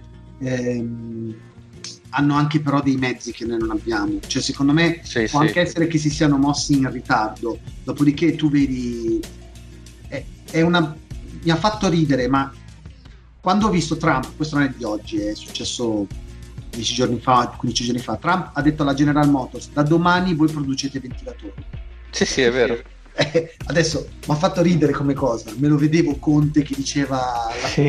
hanno anche però dei mezzi che noi non abbiamo, cioè secondo me può anche essere che si siano mossi in ritardo, dopodiché tu vedi mi ha fatto ridere, ma quando ho visto Trump, questo non è di oggi, è successo 10 giorni fa, 15 giorni fa, Trump ha detto alla General Motors: da domani voi producete ventilatori. Sì, è vero. Adesso mi ha fatto ridere come cosa, me lo vedevo Conte che diceva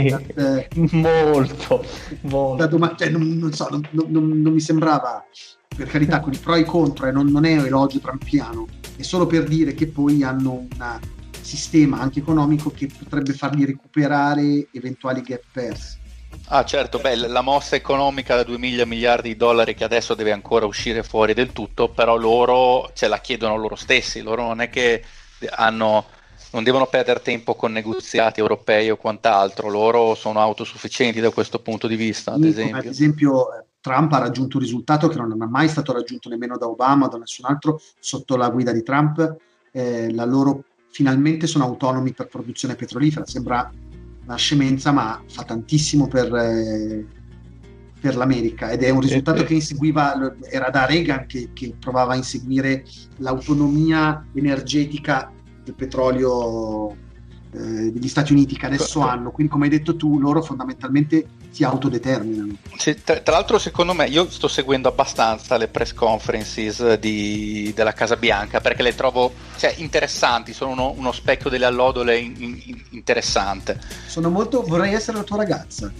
molto cioè, non so, non mi sembrava, per carità, con i pro e i contro, e non è un elogio trampiano, è solo per dire che poi hanno un sistema anche economico che potrebbe fargli recuperare eventuali gap persi. Ah certo, la mossa economica da 2.000 miliardi di dollari che adesso deve ancora uscire fuori del tutto, però loro la chiedono loro stessi, loro non è che non devono perdere tempo con negoziati europei o quant'altro, loro sono autosufficienti da questo punto di vista. Ad esempio Trump ha raggiunto un risultato che non è mai stato raggiunto nemmeno da Obama o da nessun altro sotto la guida di Trump, la loro finalmente sono autonomi per produzione petrolifera, sembra una scemenza ma fa tantissimo per l'America, ed è un risultato che inseguiva, era da Reagan che provava a inseguire l'autonomia energetica del petrolio degli Stati Uniti, che adesso hanno, quindi come hai detto tu loro fondamentalmente si autodeterminano. Tra l'altro secondo me, io sto seguendo abbastanza le press conferences della Casa Bianca perché le trovo interessanti, sono uno specchio delle allodole interessante. Sono molto, vorrei essere la tua ragazza,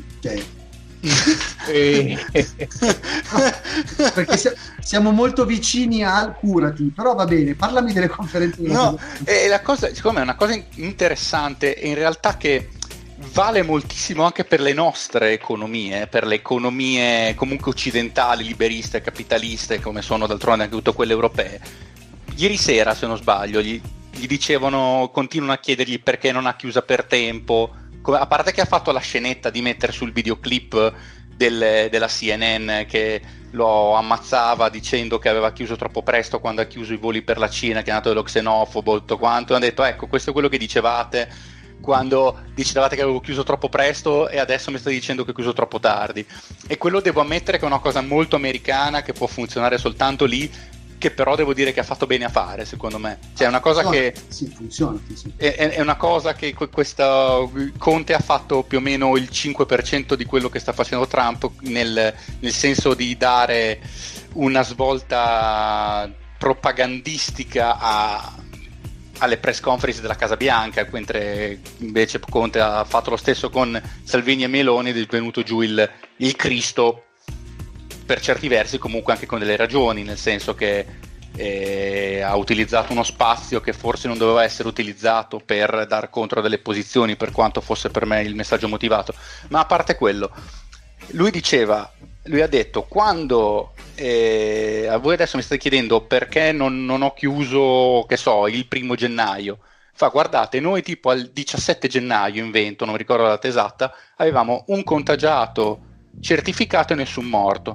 perché siamo molto vicini al curati, però va bene, parlami delle conferenze. No, la cosa, secondo me è una cosa interessante e in realtà che vale moltissimo anche per le nostre economie, per le economie comunque occidentali, liberiste, capitaliste, come sono d'altronde anche tutte quelle europee. Ieri sera, se non sbaglio, gli dicevano, continuano a chiedergli perché non ha chiusa per tempo, a parte che ha fatto la scenetta di mettere sul videoclip della CNN che lo ammazzava dicendo che aveva chiuso troppo presto quando ha chiuso i voli per la Cina, che è nato dello xenofobo, tutto quanto, e hanno detto ecco, questo è quello che dicevate quando dicevate che avevo chiuso troppo presto e adesso mi state dicendo che ho chiuso troppo tardi. E quello devo ammettere che è una cosa molto americana che può funzionare soltanto lì, che però devo dire che ha fatto bene a fare, secondo me. Cioè è una cosa che funziona. È una cosa che questa Conte ha fatto più o meno il 5% di quello che sta facendo Trump, nel senso di dare una svolta propagandistica alle press conference della Casa Bianca, mentre invece Conte ha fatto lo stesso con Salvini e Meloni ed è venuto giù il Cristo, per certi versi comunque anche con delle ragioni, nel senso che ha utilizzato uno spazio che forse non doveva essere utilizzato per dar contro delle posizioni, per quanto fosse per me il messaggio motivato. Ma a parte quello, lui ha detto quando a voi adesso mi state chiedendo perché non ho chiuso, che so, il 1° gennaio, guardate, noi tipo al 17 gennaio invento, non mi ricordo la data esatta, avevamo un contagiato certificato e nessun morto.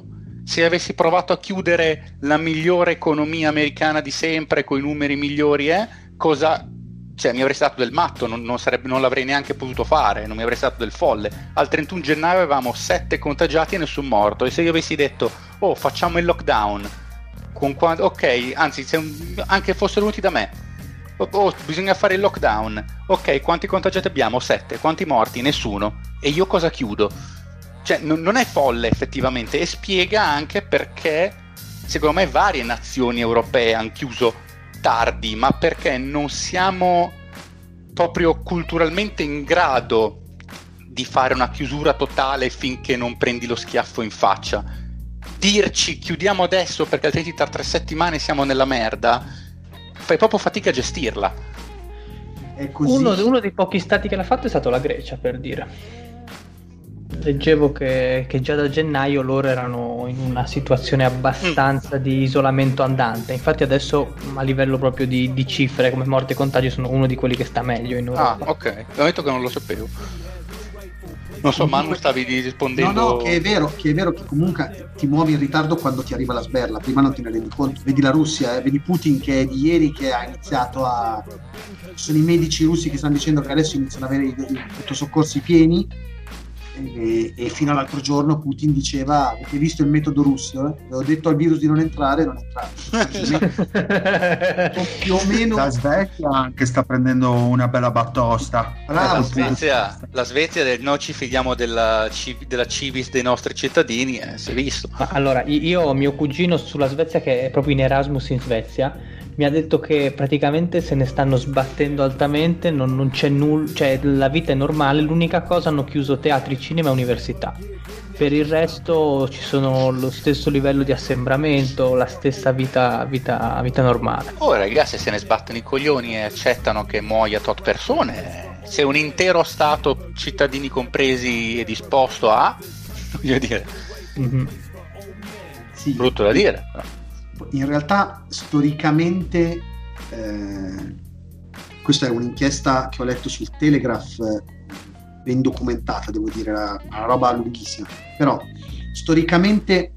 se avessi provato a chiudere la migliore economia americana di sempre con i numeri migliori, cosa, cioè mi avrei dato del matto, non l'avrei neanche potuto fare, non mi avrei dato del folle. Al 31 gennaio avevamo 7 contagiati e nessun morto, e se io avessi detto facciamo il lockdown ok, anzi anche fossero venuti da me, bisogna fare il lockdown, ok, quanti contagiati abbiamo? 7, quanti morti? Nessuno, e io cosa chiudo? Cioè non è folle effettivamente, e spiega anche perché secondo me varie nazioni europee hanno chiuso tardi, ma perché non siamo proprio culturalmente in grado di fare una chiusura totale finché non prendi lo schiaffo in faccia. Dirci chiudiamo adesso perché altrimenti tra 3 settimane siamo nella merda, fai proprio fatica a gestirla. È così. Uno dei pochi stati che l'ha fatto è stato la Grecia, per dire. Leggevo che già da gennaio loro erano in una situazione abbastanza di isolamento andante. Infatti adesso a livello proprio di cifre come morte e contagi sono uno di quelli che sta meglio in Europa. Ah, ok, ho detto che non lo sapevo. Non so, Manu, stavi rispondendo. No, che è vero che comunque ti muovi in ritardo quando ti arriva la sberla, prima non te ne rendi conto. Vedi la Russia, vedi Putin che è di ieri che ha iniziato sono i medici russi che stanno dicendo che adesso iniziano ad avere i pronto soccorsi pieni, e fino all'altro giorno Putin diceva: avete visto il metodo russo? Ho detto al virus di non entrare, non entrare. Più o meno. La Svezia anche sta prendendo una bella batosta. Bravo, la Svezia noi ci fidiamo della civis dei nostri cittadini, si è visto. Allora, io ho mio cugino sulla Svezia che è proprio in Erasmus in Svezia, mi ha detto che praticamente se ne stanno sbattendo altamente, non c'è nulla, cioè la vita è normale, l'unica cosa hanno chiuso teatri, cinema e università. Per il resto ci sono lo stesso livello di assembramento, la stessa vita normale. Ragazzi, se ne sbattono i coglioni e accettano che muoia tot persone, se un intero stato, cittadini compresi, è disposto a, voglio dire, sì, brutto da dire. In realtà storicamente questa è un'inchiesta che ho letto sul Telegraph, ben documentata, devo dire, una roba lunghissima, però storicamente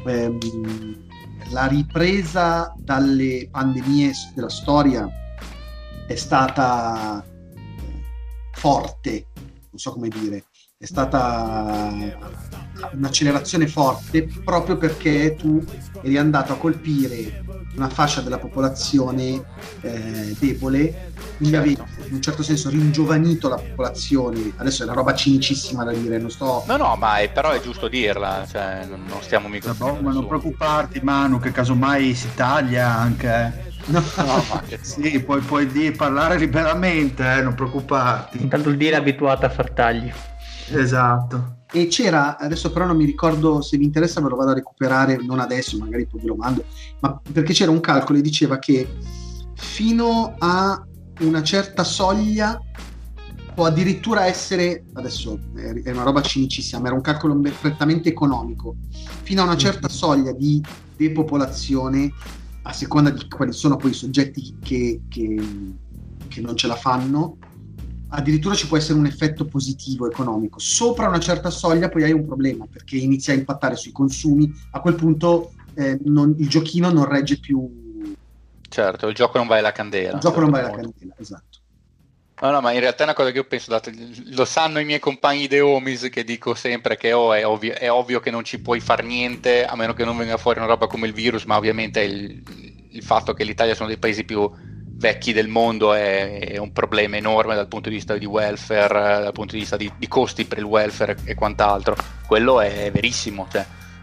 la ripresa dalle pandemie della storia è stata forte, non so come dire, è stata un'accelerazione forte proprio perché tu eri andato a colpire una fascia della popolazione debole, quindi avevi in un certo senso ringiovanito la popolazione. Adesso è una roba cinicissima da dire, non sto... No, ma però è giusto dirla, cioè non stiamo mica... Ma non preoccuparti, Manu, che casomai si taglia anche. No, ma sì, puoi parlare liberamente, non preoccuparti. Intanto il dire è abituato a far tagli. Esatto. E c'era, adesso però non mi ricordo, se vi interessa ve lo vado a recuperare, non adesso, magari poi ve lo mando, ma perché c'era un calcolo e diceva che fino a una certa soglia può addirittura essere, adesso è una roba cinicissima, ma era un calcolo prettamente economico, fino a una certa soglia di depopolazione, a seconda di quali sono poi i soggetti che non ce la fanno, addirittura ci può essere un effetto positivo economico. Sopra una certa soglia poi hai un problema, perché inizia a impattare sui consumi, a quel punto il giochino non regge più. Certo, il gioco non vale la candela. Il gioco non vale la candela, esatto. No, ma in realtà è una cosa che io penso, lo sanno i miei compagni The Homies, che dico sempre che è ovvio che non ci puoi far niente a meno che non venga fuori una roba come il virus, ma ovviamente il fatto che l'Italia sia uno dei paesi più vecchi del mondo è un problema enorme dal punto di vista di welfare, dal punto di vista di costi per il welfare e quant'altro. Quello è verissimo, cioè,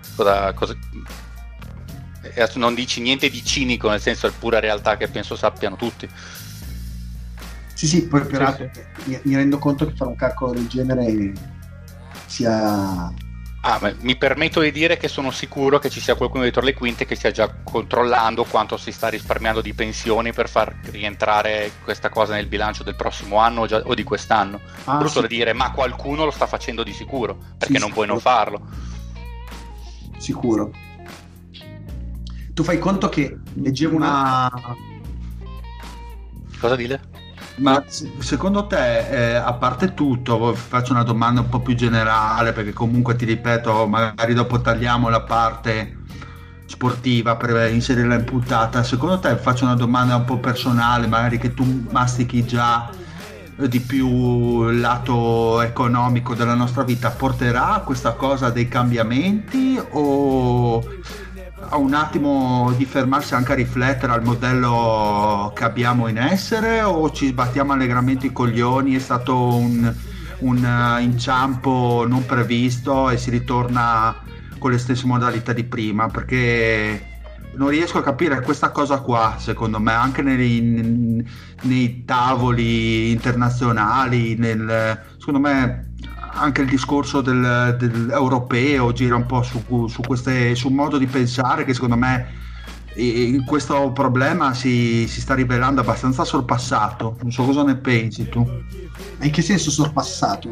non dici niente di cinico, nel senso è pura realtà che penso sappiano tutti. Sì, poi peraltro mi rendo conto che fare un calcolo del genere sia... Ma mi permetto di dire che sono sicuro che ci sia qualcuno dietro le quinte che stia già controllando quanto si sta risparmiando di pensioni per far rientrare questa cosa nel bilancio del prossimo anno o di quest'anno. Brutto da dire, ma qualcuno lo sta facendo di sicuro, perché non puoi non farlo. Sicuro. Tu fai conto che leggevo una... Cosa dile? Ma secondo te, a parte tutto, faccio una domanda un po' più generale, perché comunque ti ripeto, magari dopo tagliamo la parte sportiva per inserirla in puntata. Secondo te, faccio una domanda un po' personale, magari che tu mastichi già di più il lato economico della nostra vita, porterà questa cosa dei cambiamenti o a un attimo di fermarsi anche a riflettere al modello che abbiamo in essere, o ci sbattiamo allegramente i coglioni, è stato un inciampo non previsto e si ritorna con le stesse modalità di prima? Perché non riesco a capire questa cosa qua, secondo me, anche nei tavoli internazionali, secondo me anche il discorso dell'europeo gira un po' su un modo di pensare che secondo me in questo problema si sta rivelando abbastanza sorpassato. Non so cosa ne pensi tu. Ma in che senso sorpassato?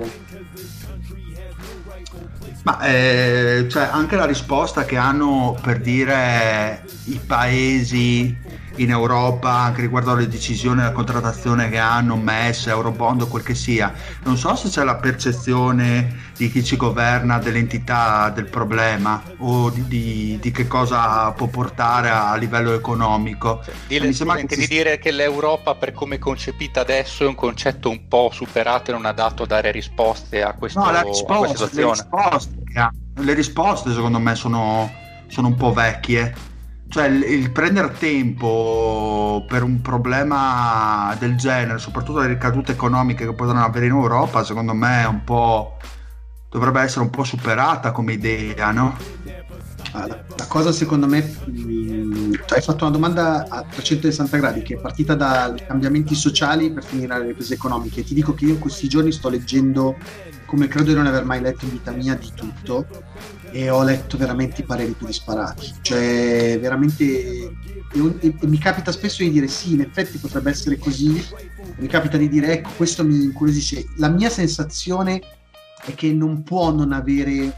Ma cioè anche la risposta che hanno, per dire, i paesi in Europa anche riguardo alle decisioni e alla contrattazione che hanno, MES, Eurobond o quel che sia. Non so se c'è la percezione di chi ci governa dell'entità del problema o di che cosa può portare a livello economico. Mi sembra di dire che l'Europa, per come è concepita adesso, è un concetto un po' superato e non adatto a dare risposte a questa situazione. Le risposte secondo me sono un po' vecchie. Cioè il prendere tempo per un problema del genere, soprattutto le ricadute economiche che potranno avere in Europa, secondo me è un po', dovrebbe essere un po' superata come idea, no? La cosa, secondo me, hai fatto una domanda a 360 gradi che è partita dai cambiamenti sociali per finire alle riprese economiche. Ti dico che io in questi giorni sto leggendo, come credo di non aver mai letto in vita mia, di tutto, e ho letto veramente i pareri più disparati. Cioè veramente, e mi capita spesso di dire sì, in effetti potrebbe essere così, mi capita di dire ecco, questo mi incuriosisce. La mia sensazione è che non può non avere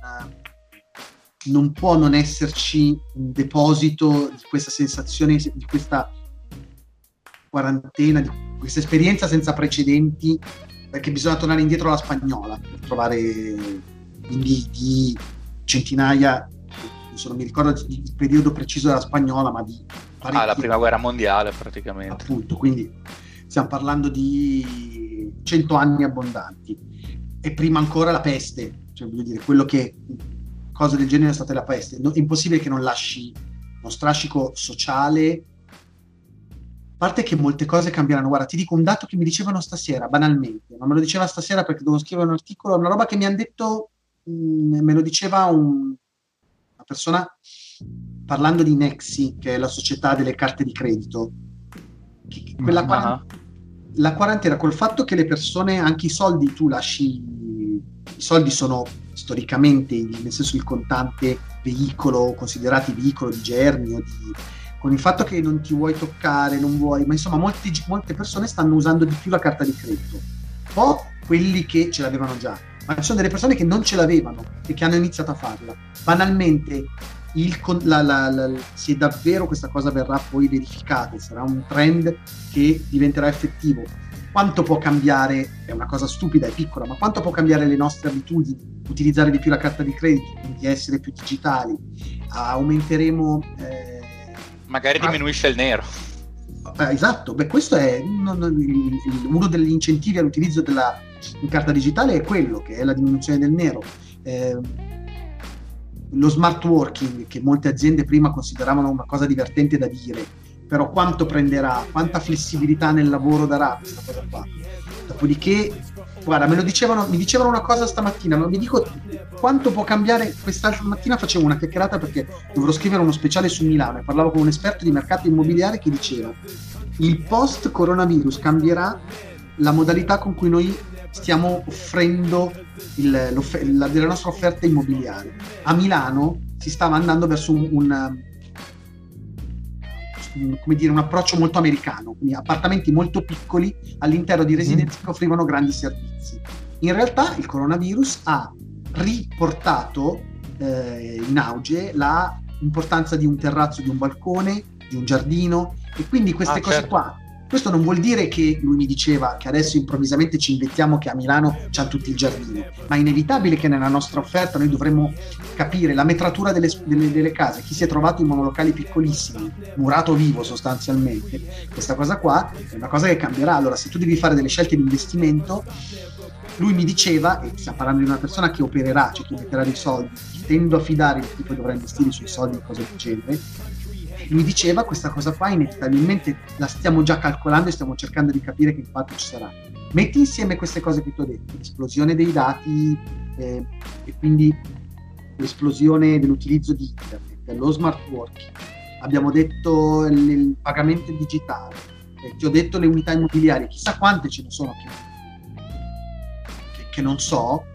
non può non esserci un deposito di questa sensazione, di questa quarantena, di questa esperienza senza precedenti, perché bisogna tornare indietro alla spagnola per trovare, quindi di centinaia, non mi ricordo il periodo preciso della spagnola, ma di la prima guerra mondiale praticamente. Appunto, quindi stiamo parlando di 100 anni abbondanti, e prima ancora la peste, cioè voglio dire, quello che cose del genere è stata la peste. È impossibile che non lasci uno strascico sociale, a parte che molte cose cambieranno. Guarda, ti dico un dato che mi dicevano stasera, banalmente, ma me lo diceva stasera perché devo scrivere un articolo, una roba che mi hanno detto, me lo diceva una persona parlando di Nexi, che è la società delle carte di credito, la quarantena, col fatto che le persone, anche i soldi, tu lasci, i soldi sono storicamente, nel senso il contante, veicolo, considerati veicolo di germi, con il fatto che non ti vuoi toccare, non vuoi, ma insomma molte persone stanno usando di più la carta di credito, o quelli che ce l'avevano già, ma ci sono delle persone che non ce l'avevano e che hanno iniziato a farla. Banalmente, se davvero questa cosa verrà poi verificata, sarà un trend che diventerà effettivo, quanto può cambiare, è una cosa stupida e piccola, ma quanto può cambiare le nostre abitudini, utilizzare di più la carta di credito, quindi essere più digitali, aumenteremo... magari diminuisce il nero. Esatto, questo è uno degli incentivi all'utilizzo della carta digitale, è quello, che è la diminuzione del nero. Lo smart working, che molte aziende prima consideravano una cosa divertente da dire, però quanto prenderà, quanta flessibilità nel lavoro darà questa cosa qua. Dopodiché, guarda, mi dicevano una cosa stamattina, non mi dico quanto può cambiare. Questa mattina facevo una chiacchierata perché dovrò scrivere uno speciale su Milano e parlavo con un esperto di mercato immobiliare che diceva: il post coronavirus cambierà la modalità con cui noi stiamo offrendo della nostra offerta immobiliare. A Milano si stava andando verso un approccio molto americano, quindi appartamenti molto piccoli all'interno di residenze che offrivano grandi servizi. In realtà il coronavirus ha riportato in auge l'importanza di un terrazzo, di un balcone, di un giardino, e quindi queste cose qua Questo non vuol dire che, lui mi diceva, che adesso improvvisamente ci inventiamo che a Milano c'hanno tutti il giardino, ma è inevitabile che nella nostra offerta noi dovremmo capire la metratura delle case. Chi si è trovato in monolocali piccolissimi, murato vivo sostanzialmente, questa cosa qua è una cosa che cambierà. Allora, se tu devi fare delle scelte di investimento, lui mi diceva, e stiamo parlando di una persona che opererà, cioè che metterà dei soldi, tendo a fidare il tipo che dovrà investire sui soldi e cose del genere. Lui diceva, questa cosa qua inevitabilmente la stiamo già calcolando e stiamo cercando di capire che impatto ci sarà. Metti insieme queste cose che ti ho detto, l'esplosione dei dati e quindi l'esplosione dell'utilizzo di internet, dello smart working, abbiamo detto il pagamento digitale, ti ho detto le unità immobiliari, chissà quante ce ne sono che non so,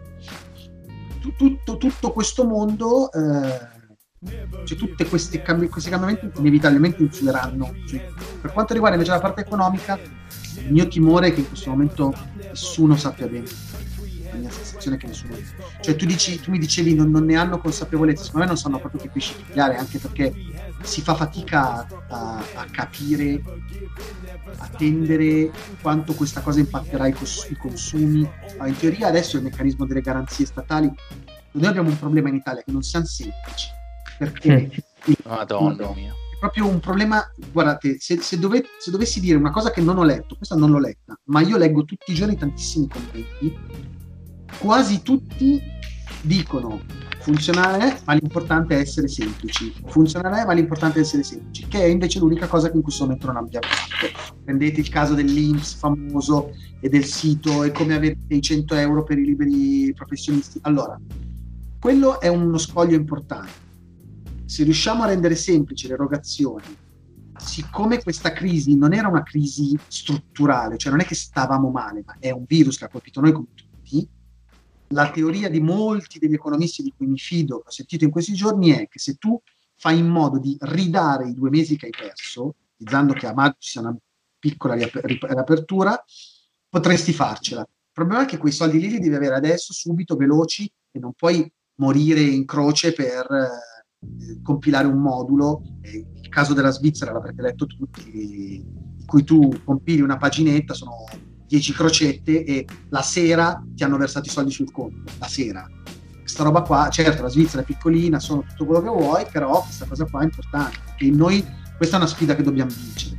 tutto questo mondo, cioè tutti questi cambiamenti inevitabilmente influireranno. Per quanto riguarda invece la parte economica, il mio timore è che in questo momento nessuno sappia bene, la mia sensazione è che nessuno, cioè tu mi dicevi non ne hanno consapevolezza, secondo me non sanno proprio che pesci pigliare, anche perché si fa fatica a capire, a tendere quanto questa cosa impatterà i consumi. Ma in teoria adesso il meccanismo delle garanzie statali, noi abbiamo un problema in Italia che non siamo semplici, perché Madonna mia, è proprio un problema. Guardate, se dovessi dire una cosa che non ho letto, questa non l'ho letta, ma io leggo tutti i giorni tantissimi commenti, quasi tutti dicono funzionare, ma l'importante è essere semplici, funzionare, ma l'importante è essere semplici, che è invece l'unica cosa che in questo momento non abbiamo fatto. Prendete il caso dell'INPS famoso e del sito e come avere i 100 euro per i liberi professionisti. Allora, quello è uno scoglio importante. Se riusciamo a rendere semplici le erogazioni, siccome questa crisi non era una crisi strutturale, cioè non è che stavamo male, ma è un virus che ha colpito noi come tutti, la teoria di molti degli economisti di cui mi fido, che ho sentito in questi giorni, è che se tu fai in modo di ridare i 2 mesi che hai perso, ipotizzando che a maggio ci sia una piccola riapertura, potresti farcela. Il problema è che quei soldi lì li devi avere adesso, subito, veloci, e non puoi morire in croce per compilare un modulo. Il caso della Svizzera l'avrete letto tutti, in cui tu compili una paginetta, sono 10 crocette e la sera ti hanno versato i soldi sul conto, la sera. Questa roba qua, certo la Svizzera è piccolina, sono tutto quello che vuoi, però questa cosa qua è importante, e noi, questa è una sfida che dobbiamo vincere.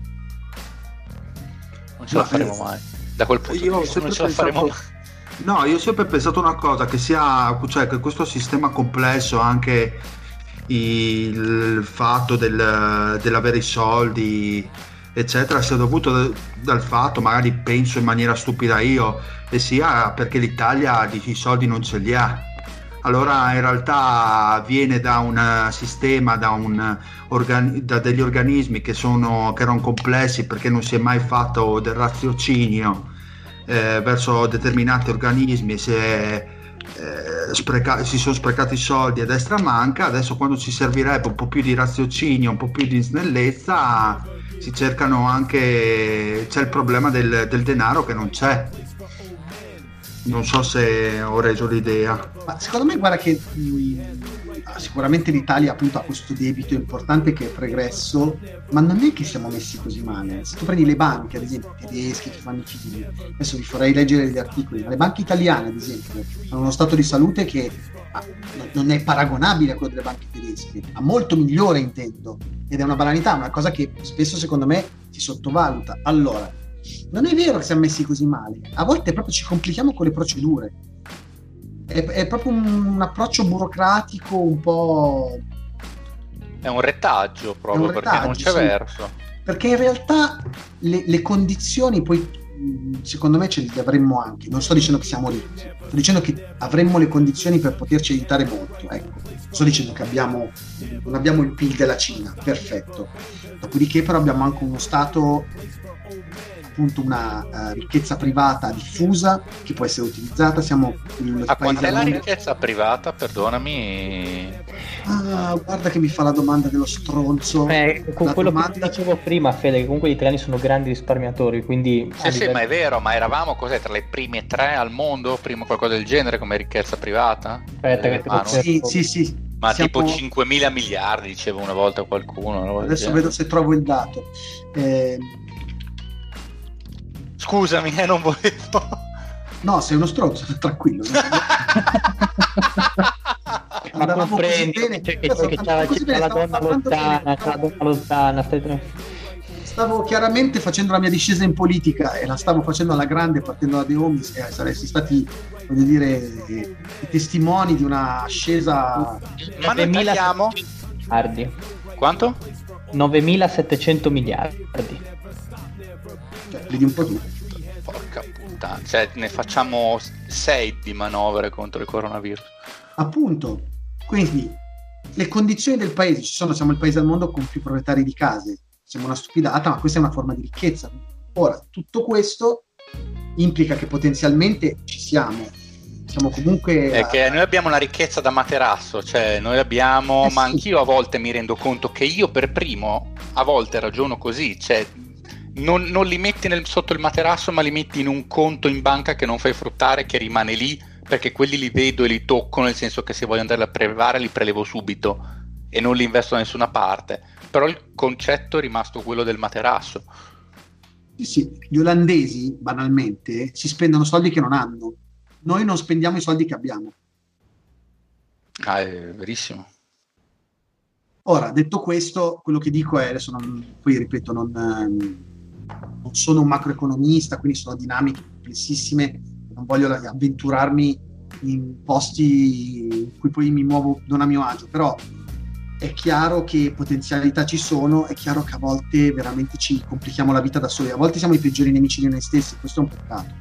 Non ce la faremo mai, da quel punto di vista non ce la faremo mai. No, io ho sempre pensato una cosa, che cioè che questo sistema complesso, anche il fatto dell'avere i soldi eccetera, sia dovuto dal fatto, magari penso in maniera stupida io, e sia perché l'Italia i soldi non ce li ha. Allora in realtà viene da un sistema, da degli organismi che erano complessi, perché non si è mai fatto del raziocinio verso determinati organismi, e si sono sprecati i soldi a destra e manca. Adesso, quando ci servirebbe un po' più di raziocinio, un po' più di snellezza, si cercano anche, c'è il problema del denaro che non c'è. Non so se ho reso l'idea. Ma secondo me, guarda che sicuramente l'Italia appunto ha questo debito importante che è pregresso, ma non è che siamo messi così male. Se tu prendi le banche, ad esempio, tedesche che fanno i figli, adesso vi farei leggere gli articoli, ma le banche italiane, ad esempio, hanno uno stato di salute che non è paragonabile a quello delle banche tedesche, ma molto migliore, intendo, ed è una banalità, una cosa che spesso secondo me si sottovaluta. Allora, non è vero che siamo messi così male, a volte proprio ci complichiamo con le procedure, è proprio un approccio burocratico un po', è un retaggio proprio, perché non c'è verso, perché in realtà le condizioni poi secondo me ce le avremmo anche. Non sto dicendo che siamo ricchi, sto dicendo che avremmo le condizioni per poterci aiutare molto, ecco. Sto dicendo che non abbiamo il PIL della Cina, perfetto, dopodiché però abbiamo anche uno stato, appunto una ricchezza privata diffusa che può essere utilizzata. Siamo quant'è la ricchezza privata, perdonami? Guarda che mi fa la domanda dello stronzo. Con quello che ti dicevo prima, Fede, che comunque gli italiani sono grandi risparmiatori, quindi sì, ma è vero, ma eravamo tra le prime 3 al mondo, prima qualcosa del genere come ricchezza privata? Aspetta, sì. Ma tipo 5.000 miliardi, diceva una volta qualcuno. Adesso vedo se trovo il dato. Scusami, non volevo. No, sei uno stronzo, tranquillo. Ma comprendi che c'è la donna lontana, stavo chiaramente facendo la mia discesa in politica e la stavo facendo alla grande partendo da De Omis e saresti stati, voglio dire, i testimoni di una ascesa. Ma noi tagliamo? Miliardi. Quanto? 9.700 miliardi. Cioè, vedi un po' tu. Porca puttana, cioè ne facciamo 6 di manovre contro il coronavirus. Appunto, quindi le condizioni del paese siamo il paese al mondo con più proprietari di case, siamo una stupidata, ma questa è una forma di ricchezza. Ora, tutto questo implica che potenzialmente siamo comunque è che noi abbiamo una ricchezza da materasso, cioè noi abbiamo, ma sì. Anch'io a volte mi rendo conto che io per primo a volte ragiono così, cioè non li metti sotto il materasso, ma li metti in un conto in banca che non fai fruttare, che rimane lì, perché quelli li vedo e li tocco, nel senso che se voglio andare a prelevare li prelevo subito e non li investo da nessuna parte, però il concetto è rimasto quello del materasso. Sì, gli olandesi banalmente si spendono soldi che non hanno, noi non spendiamo i soldi che abbiamo. È verissimo. Ora, detto questo, quello che dico è, adesso poi ripeto, non sono un macroeconomista, quindi sono dinamiche complessissime, non voglio avventurarmi in posti in cui poi mi muovo non a mio agio, però è chiaro che potenzialità ci sono, è chiaro che a volte veramente ci complichiamo la vita da soli, a volte siamo i peggiori nemici di noi stessi, questo è un peccato.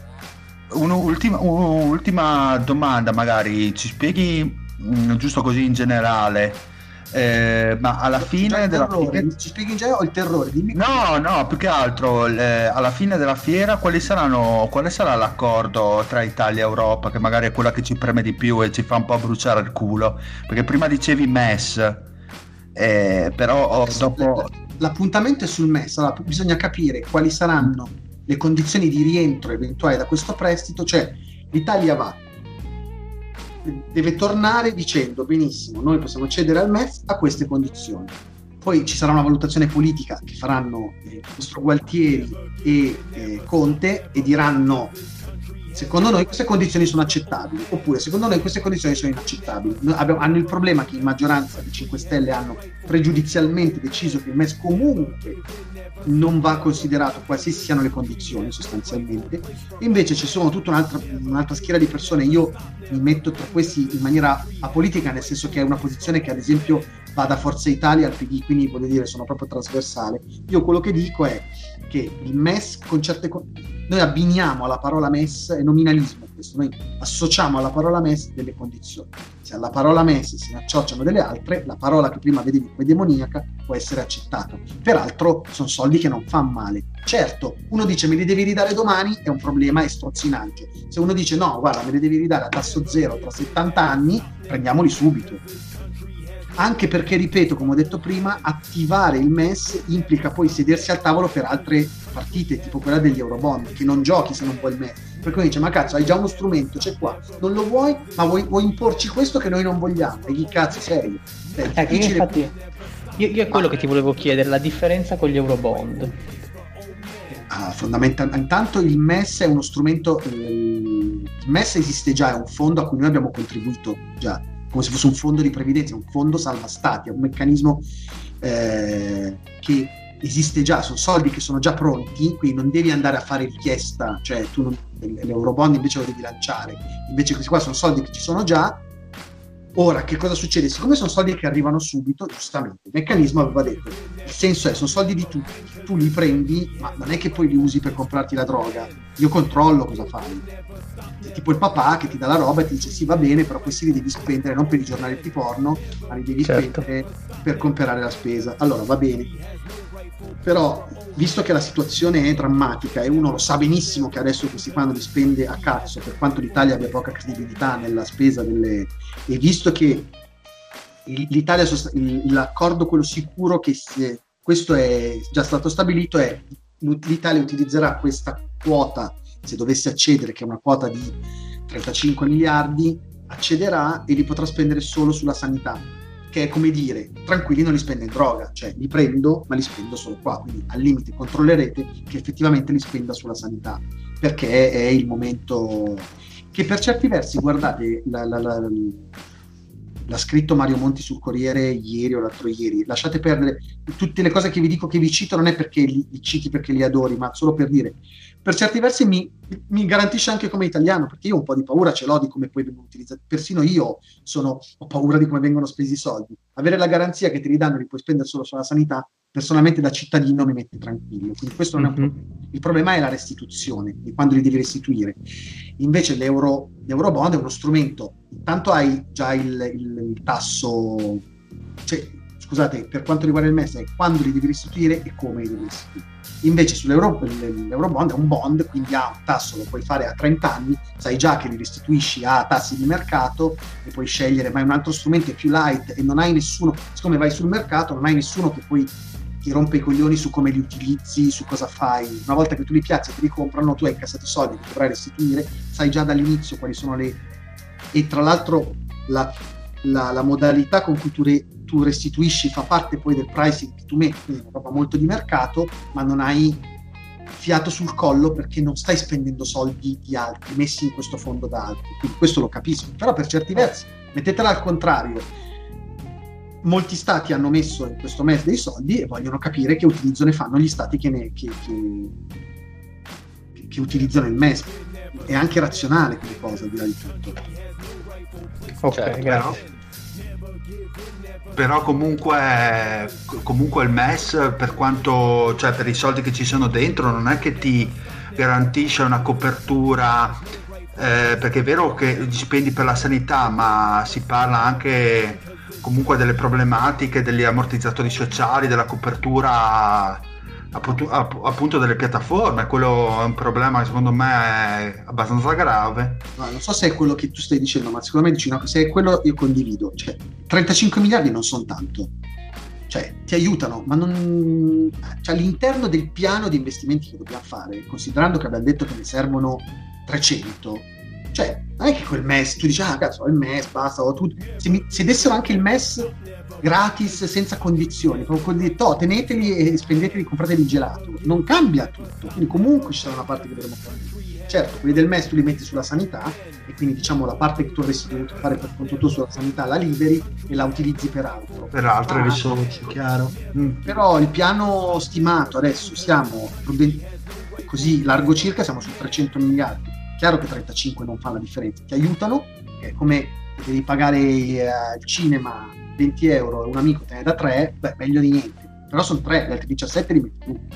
Un'ultima domanda, magari ci spieghi giusto così in generale, ma alla fine della fiera ci spieghi in generale o il terrore? Dimmi. No, più che altro alla fine della fiera quale sarà l'accordo tra Italia e Europa, che magari è quella che ci preme di più e ci fa un po' bruciare il culo, perché prima dicevi MES, però dopo l'appuntamento è sul MES, allora bisogna capire quali saranno le condizioni di rientro eventuali da questo prestito, cioè l'Italia deve tornare dicendo benissimo, noi possiamo cedere al MES a queste condizioni, poi ci sarà una valutazione politica che faranno il ministro Gualtieri e Conte e diranno secondo noi queste condizioni sono accettabili oppure secondo noi queste condizioni sono inaccettabili. Hanno il problema che in maggioranza i 5 Stelle hanno pregiudizialmente deciso che il MES comunque non va considerato qualsiasi siano le condizioni sostanzialmente, e invece ci sono tutta un'altra schiera di persone, io mi metto tra questi in maniera apolitica, nel senso che è una posizione che ad esempio va da Forza Italia al PD, quindi voglio dire sono proprio trasversale. Io quello che dico è che il MES con noi abbiniamo alla parola MES, è nominalismo questo, noi associamo alla parola MES delle condizioni, se alla parola MES se ne accocciano delle altre, la parola che prima vedevi come demoniaca può essere accettata, peraltro sono soldi che non fanno male. Certo, uno dice me li devi ridare domani, è un problema, è strozzinante. Se uno dice no, guarda, me li devi ridare a tasso zero tra 70 anni, prendiamoli subito. Anche perché, ripeto, come ho detto prima, attivare il MES implica poi sedersi al tavolo per altre partite, tipo quella degli Eurobond, che non giochi se non vuoi il MES. Perché uno dice, ma cazzo, hai già uno strumento, c'è qua, non lo vuoi, ma vuoi imporci questo che noi non vogliamo. E chi cazzo sei? Infatti, io è quello che ti volevo chiedere, la differenza con gli Eurobond. Fondamentalmente, intanto il MES è uno strumento, il MES esiste già, è un fondo a cui noi abbiamo contribuito già, come se fosse un fondo di previdenza, un fondo salva stati, è un meccanismo che esiste già, sono soldi che sono già pronti, quindi non devi andare a fare richiesta, cioè tu l'Eurobond invece lo devi lanciare, invece questi qua sono soldi che ci sono già. Ora, che cosa succede? Siccome sono soldi che arrivano subito, giustamente, il meccanismo aveva detto, il senso è, sono soldi di tutti, tu li prendi, ma non è che poi li usi per comprarti la droga, io controllo cosa fai. È tipo il papà che ti dà la roba e ti dice sì va bene, però questi li devi spendere non per i giornaletti porno, ma li devi spendere per comprare la spesa. Allora va bene, però visto che la situazione è drammatica e uno lo sa benissimo che adesso questi qua non li spende a cazzo, per quanto l'Italia abbia poca credibilità nella spesa e visto che l'Italia, l'accordo quello sicuro che questo è già stato stabilito è l'Italia utilizzerà questa quota, se dovesse accedere, che è una quota di 35 miliardi, accederà e li potrà spendere solo sulla sanità, che è come dire tranquilli, non li spendo in droga, cioè li prendo ma li spendo solo qua, quindi al limite controllerete che effettivamente li spenda sulla sanità, perché è il momento che per certi versi, guardate, l'ha scritto Mario Monti sul Corriere ieri o l'altro ieri, lasciate perdere tutte le cose che vi dico, che vi cito, non è perché li citi perché li adori, ma solo per dire, per certi versi mi garantisce anche come italiano, perché io un po' di paura ce l'ho di come poi vengono utilizzati, persino io ho paura di come vengono spesi i soldi. Avere la garanzia che te li danno e li puoi spendere solo sulla sanità, personalmente da cittadino mi mette tranquillo, quindi questo non è un problema. Il problema è la restituzione, di quando li devi restituire. Invece l'Eurobond è uno strumento, intanto hai già il tasso, cioè, scusate, per quanto riguarda il MES è quando li devi restituire e come li devi restituire. Invece l'Eurobond è un bond, quindi ha un tasso, lo puoi fare a 30 anni, sai già che li restituisci a tassi di mercato e puoi scegliere, ma è un altro strumento, è più light e non hai nessuno, siccome vai sul mercato non hai nessuno che poi ti rompe i coglioni su come li utilizzi, su cosa fai. Una volta che tu li piazzi e te li comprano, tu hai incassato i soldi che dovrai restituire, sai già dall'inizio quali sono le... E tra l'altro la modalità con cui tu restituisci fa parte poi del pricing che tu metti, quindi è una roba molto di mercato, ma non hai fiato sul collo perché non stai spendendo soldi di altri messi in questo fondo da altri, quindi questo lo capisco. Però per certi versi mettetela al contrario, molti stati hanno messo in questo MES dei soldi e vogliono capire che utilizzo ne fanno gli stati che utilizzano il MES. È anche razionale come cosa, al di là di tutto. Ok, Certo, grazie. Però comunque il MES, per quanto, cioè per i soldi che ci sono dentro, non è che ti garantisce una copertura, perché è vero che li spendi per la sanità, ma si parla anche comunque delle problematiche degli ammortizzatori sociali, della copertura appunto delle piattaforme. Quello è un problema che secondo me è abbastanza grave. No, non so se è quello che tu stai dicendo, ma secondo me dici no, se è quello io condivido. Cioè, 35 miliardi non sono tanto, cioè ti aiutano, ma non, cioè, all'interno del piano di investimenti che dobbiamo fare, considerando che abbiamo detto che ne servono 300, cioè non è che quel MES tu dici cazzo ho il MES, basta, se dessero anche il MES gratis, senza condizioni, proprio detto teneteli e spendeteli, compratevi il gelato, non cambia tutto, quindi comunque ci sarà una parte che dovremo fare. Certo, quelli del MES tu li metti sulla sanità e quindi diciamo la parte che tu avresti dovuto fare per conto tuo sulla sanità la liberi e la utilizzi per altro. Per altre risorse, chiaro. Però il piano stimato adesso siamo così largo circa, siamo su 300 miliardi. Chiaro che 35 non fa la differenza, ti aiutano, è come devi pagare il cinema 20 euro e un amico te ne dà 3, beh, meglio di niente, però sono 3, gli altri 17 li metti tu.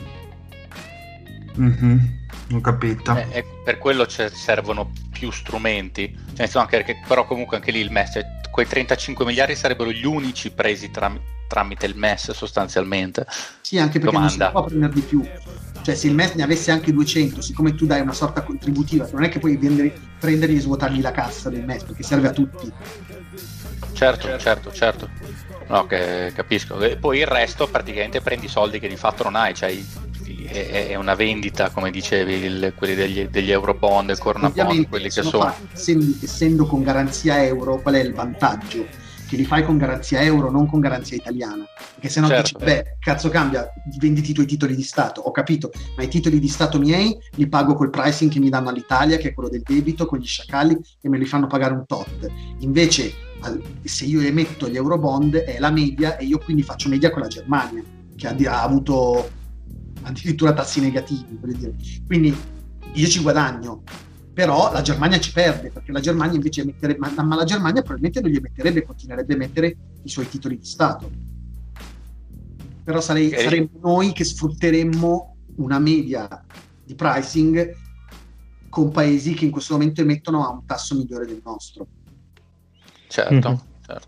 Ho capito. Per quello servono più strumenti, però comunque anche lì il MES, cioè, quei 35 miliardi sarebbero gli unici presi tramite il MES sostanzialmente. Sì, anche perché non si può prendere di più. Cioè se il MES ne avesse anche 200, siccome tu dai una sorta contributiva, non è che puoi prendergli e svuotargli la cassa del MES, perché serve a tutti. Certo. No, che capisco. E poi il resto praticamente prendi i soldi che di fatto non hai, cioè è una vendita, come dicevi, quelli degli Eurobond e Corona Bond, quelli che sono. Essendo con garanzia euro, qual è il vantaggio? Che li fai con garanzia euro, non con garanzia italiana, perché se no dici, cazzo cambia, venditi i tuoi titoli di Stato, ho capito, ma i titoli di Stato miei li pago col pricing che mi danno all'Italia, che è quello del debito, con gli sciacalli, e me li fanno pagare un tot. Invece se io emetto gli Eurobond è la media, e io quindi faccio media con la Germania, che ha avuto addirittura tassi negativi, per dire. Quindi io ci guadagno, però la Germania ci perde, perché la Germania invece emetterebbe, ma la Germania probabilmente non li emetterebbe, continuerebbe a emettere i suoi titoli di Stato. Però saremmo noi che sfrutteremmo una media di pricing con paesi che in questo momento emettono a un tasso migliore del nostro. Certo.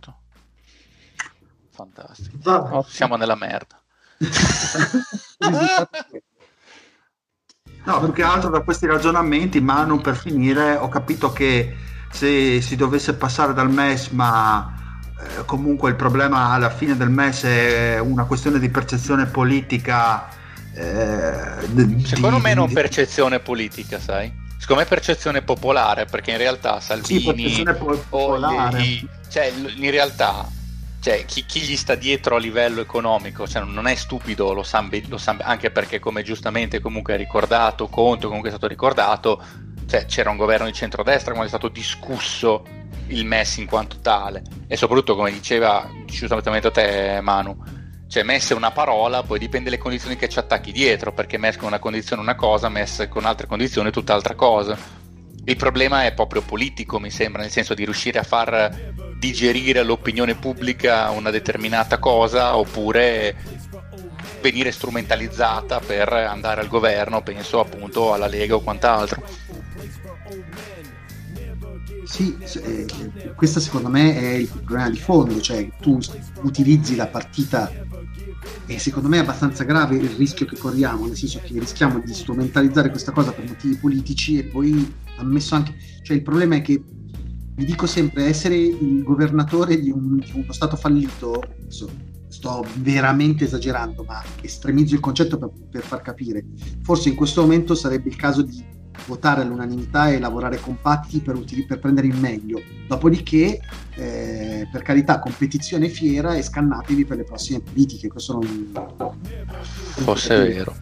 Fantastico. Siamo nella merda. No, più che altro da questi ragionamenti, ma non per finire, ho capito che se si dovesse passare dal MES, ma comunque il problema alla fine del MES è una questione di percezione politica. Secondo me non percezione politica, sai? Secondo me percezione popolare, perché in realtà Salvini popolare. cioè in realtà cioè chi gli sta dietro a livello economico, cioè, non è stupido, lo sa, anche perché, come giustamente comunque ha ricordato Conte, comunque è stato ricordato, cioè, c'era un governo di centrodestra quando è stato discusso il MES in quanto tale, e soprattutto, come diceva giustamente te Manu, cioè MES è una parola, poi dipende dalle condizioni che ci attacchi dietro, perché MES con una condizione è una cosa, MES con altre condizioni è tutt'altra cosa. Il problema è proprio politico, mi sembra, nel senso di riuscire a far digerire all'opinione pubblica una determinata cosa, oppure venire strumentalizzata per andare al governo, penso appunto alla Lega o quant'altro. Sì, questo secondo me è il problema di fondo, cioè tu utilizzi la partita, e secondo me è abbastanza grave il rischio che corriamo, nel senso che rischiamo di strumentalizzare questa cosa per motivi politici, e poi ammesso anche, cioè il problema è che, vi dico sempre, essere il governatore di uno stato fallito, sto veramente esagerando, ma estremizzo il concetto per far capire, forse in questo momento sarebbe il caso di votare all'unanimità e lavorare compatti per prendere il meglio, dopodiché per carità, competizione fiera, e scannatevi per le prossime politiche. Questo non forse è vero.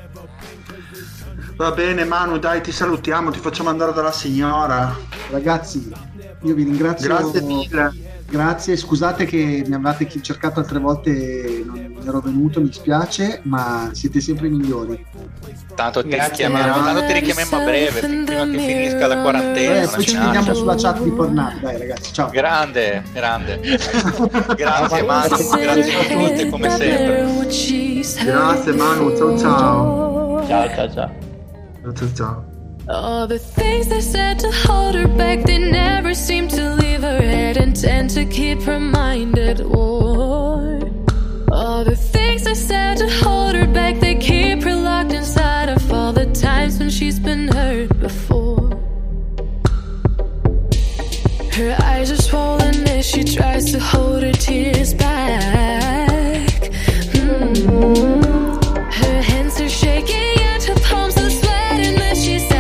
Va bene Manu, dai, ti salutiamo, ti facciamo andare dalla signora. Ragazzi, io vi ringrazio, grazie mille. Grazie, scusate che mi avevate cercato altre volte e non ero venuto, mi spiace, ma siete sempre i migliori. Tanto ti richiamiamo a breve, prima che finisca la quarantena. Poi ci vediamo sulla chat di Pornhub, dai ragazzi, ciao. Grande. Grazie Manu, grazie a tutti come sempre. Grazie Manu, ciao. Ciao. All the things they said to hold her back, they never seem to leave her head and tend to keep her mind at war. All the things they said to hold her back, they keep her locked inside of all the times when she's been hurt before. Her eyes are swollen as she tries to hold her tears back. Her hands are shaking and her palms are sweating as she says,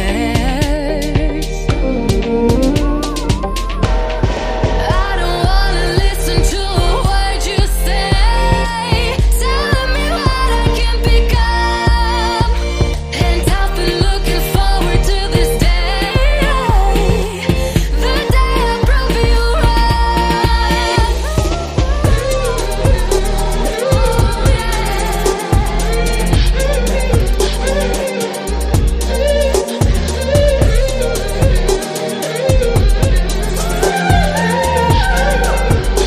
I don't wanna listen to a word you say, telling me what I can become, and I've been looking forward to this day, the day I prove you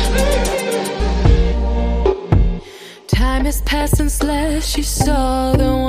Time has passed since last she saw the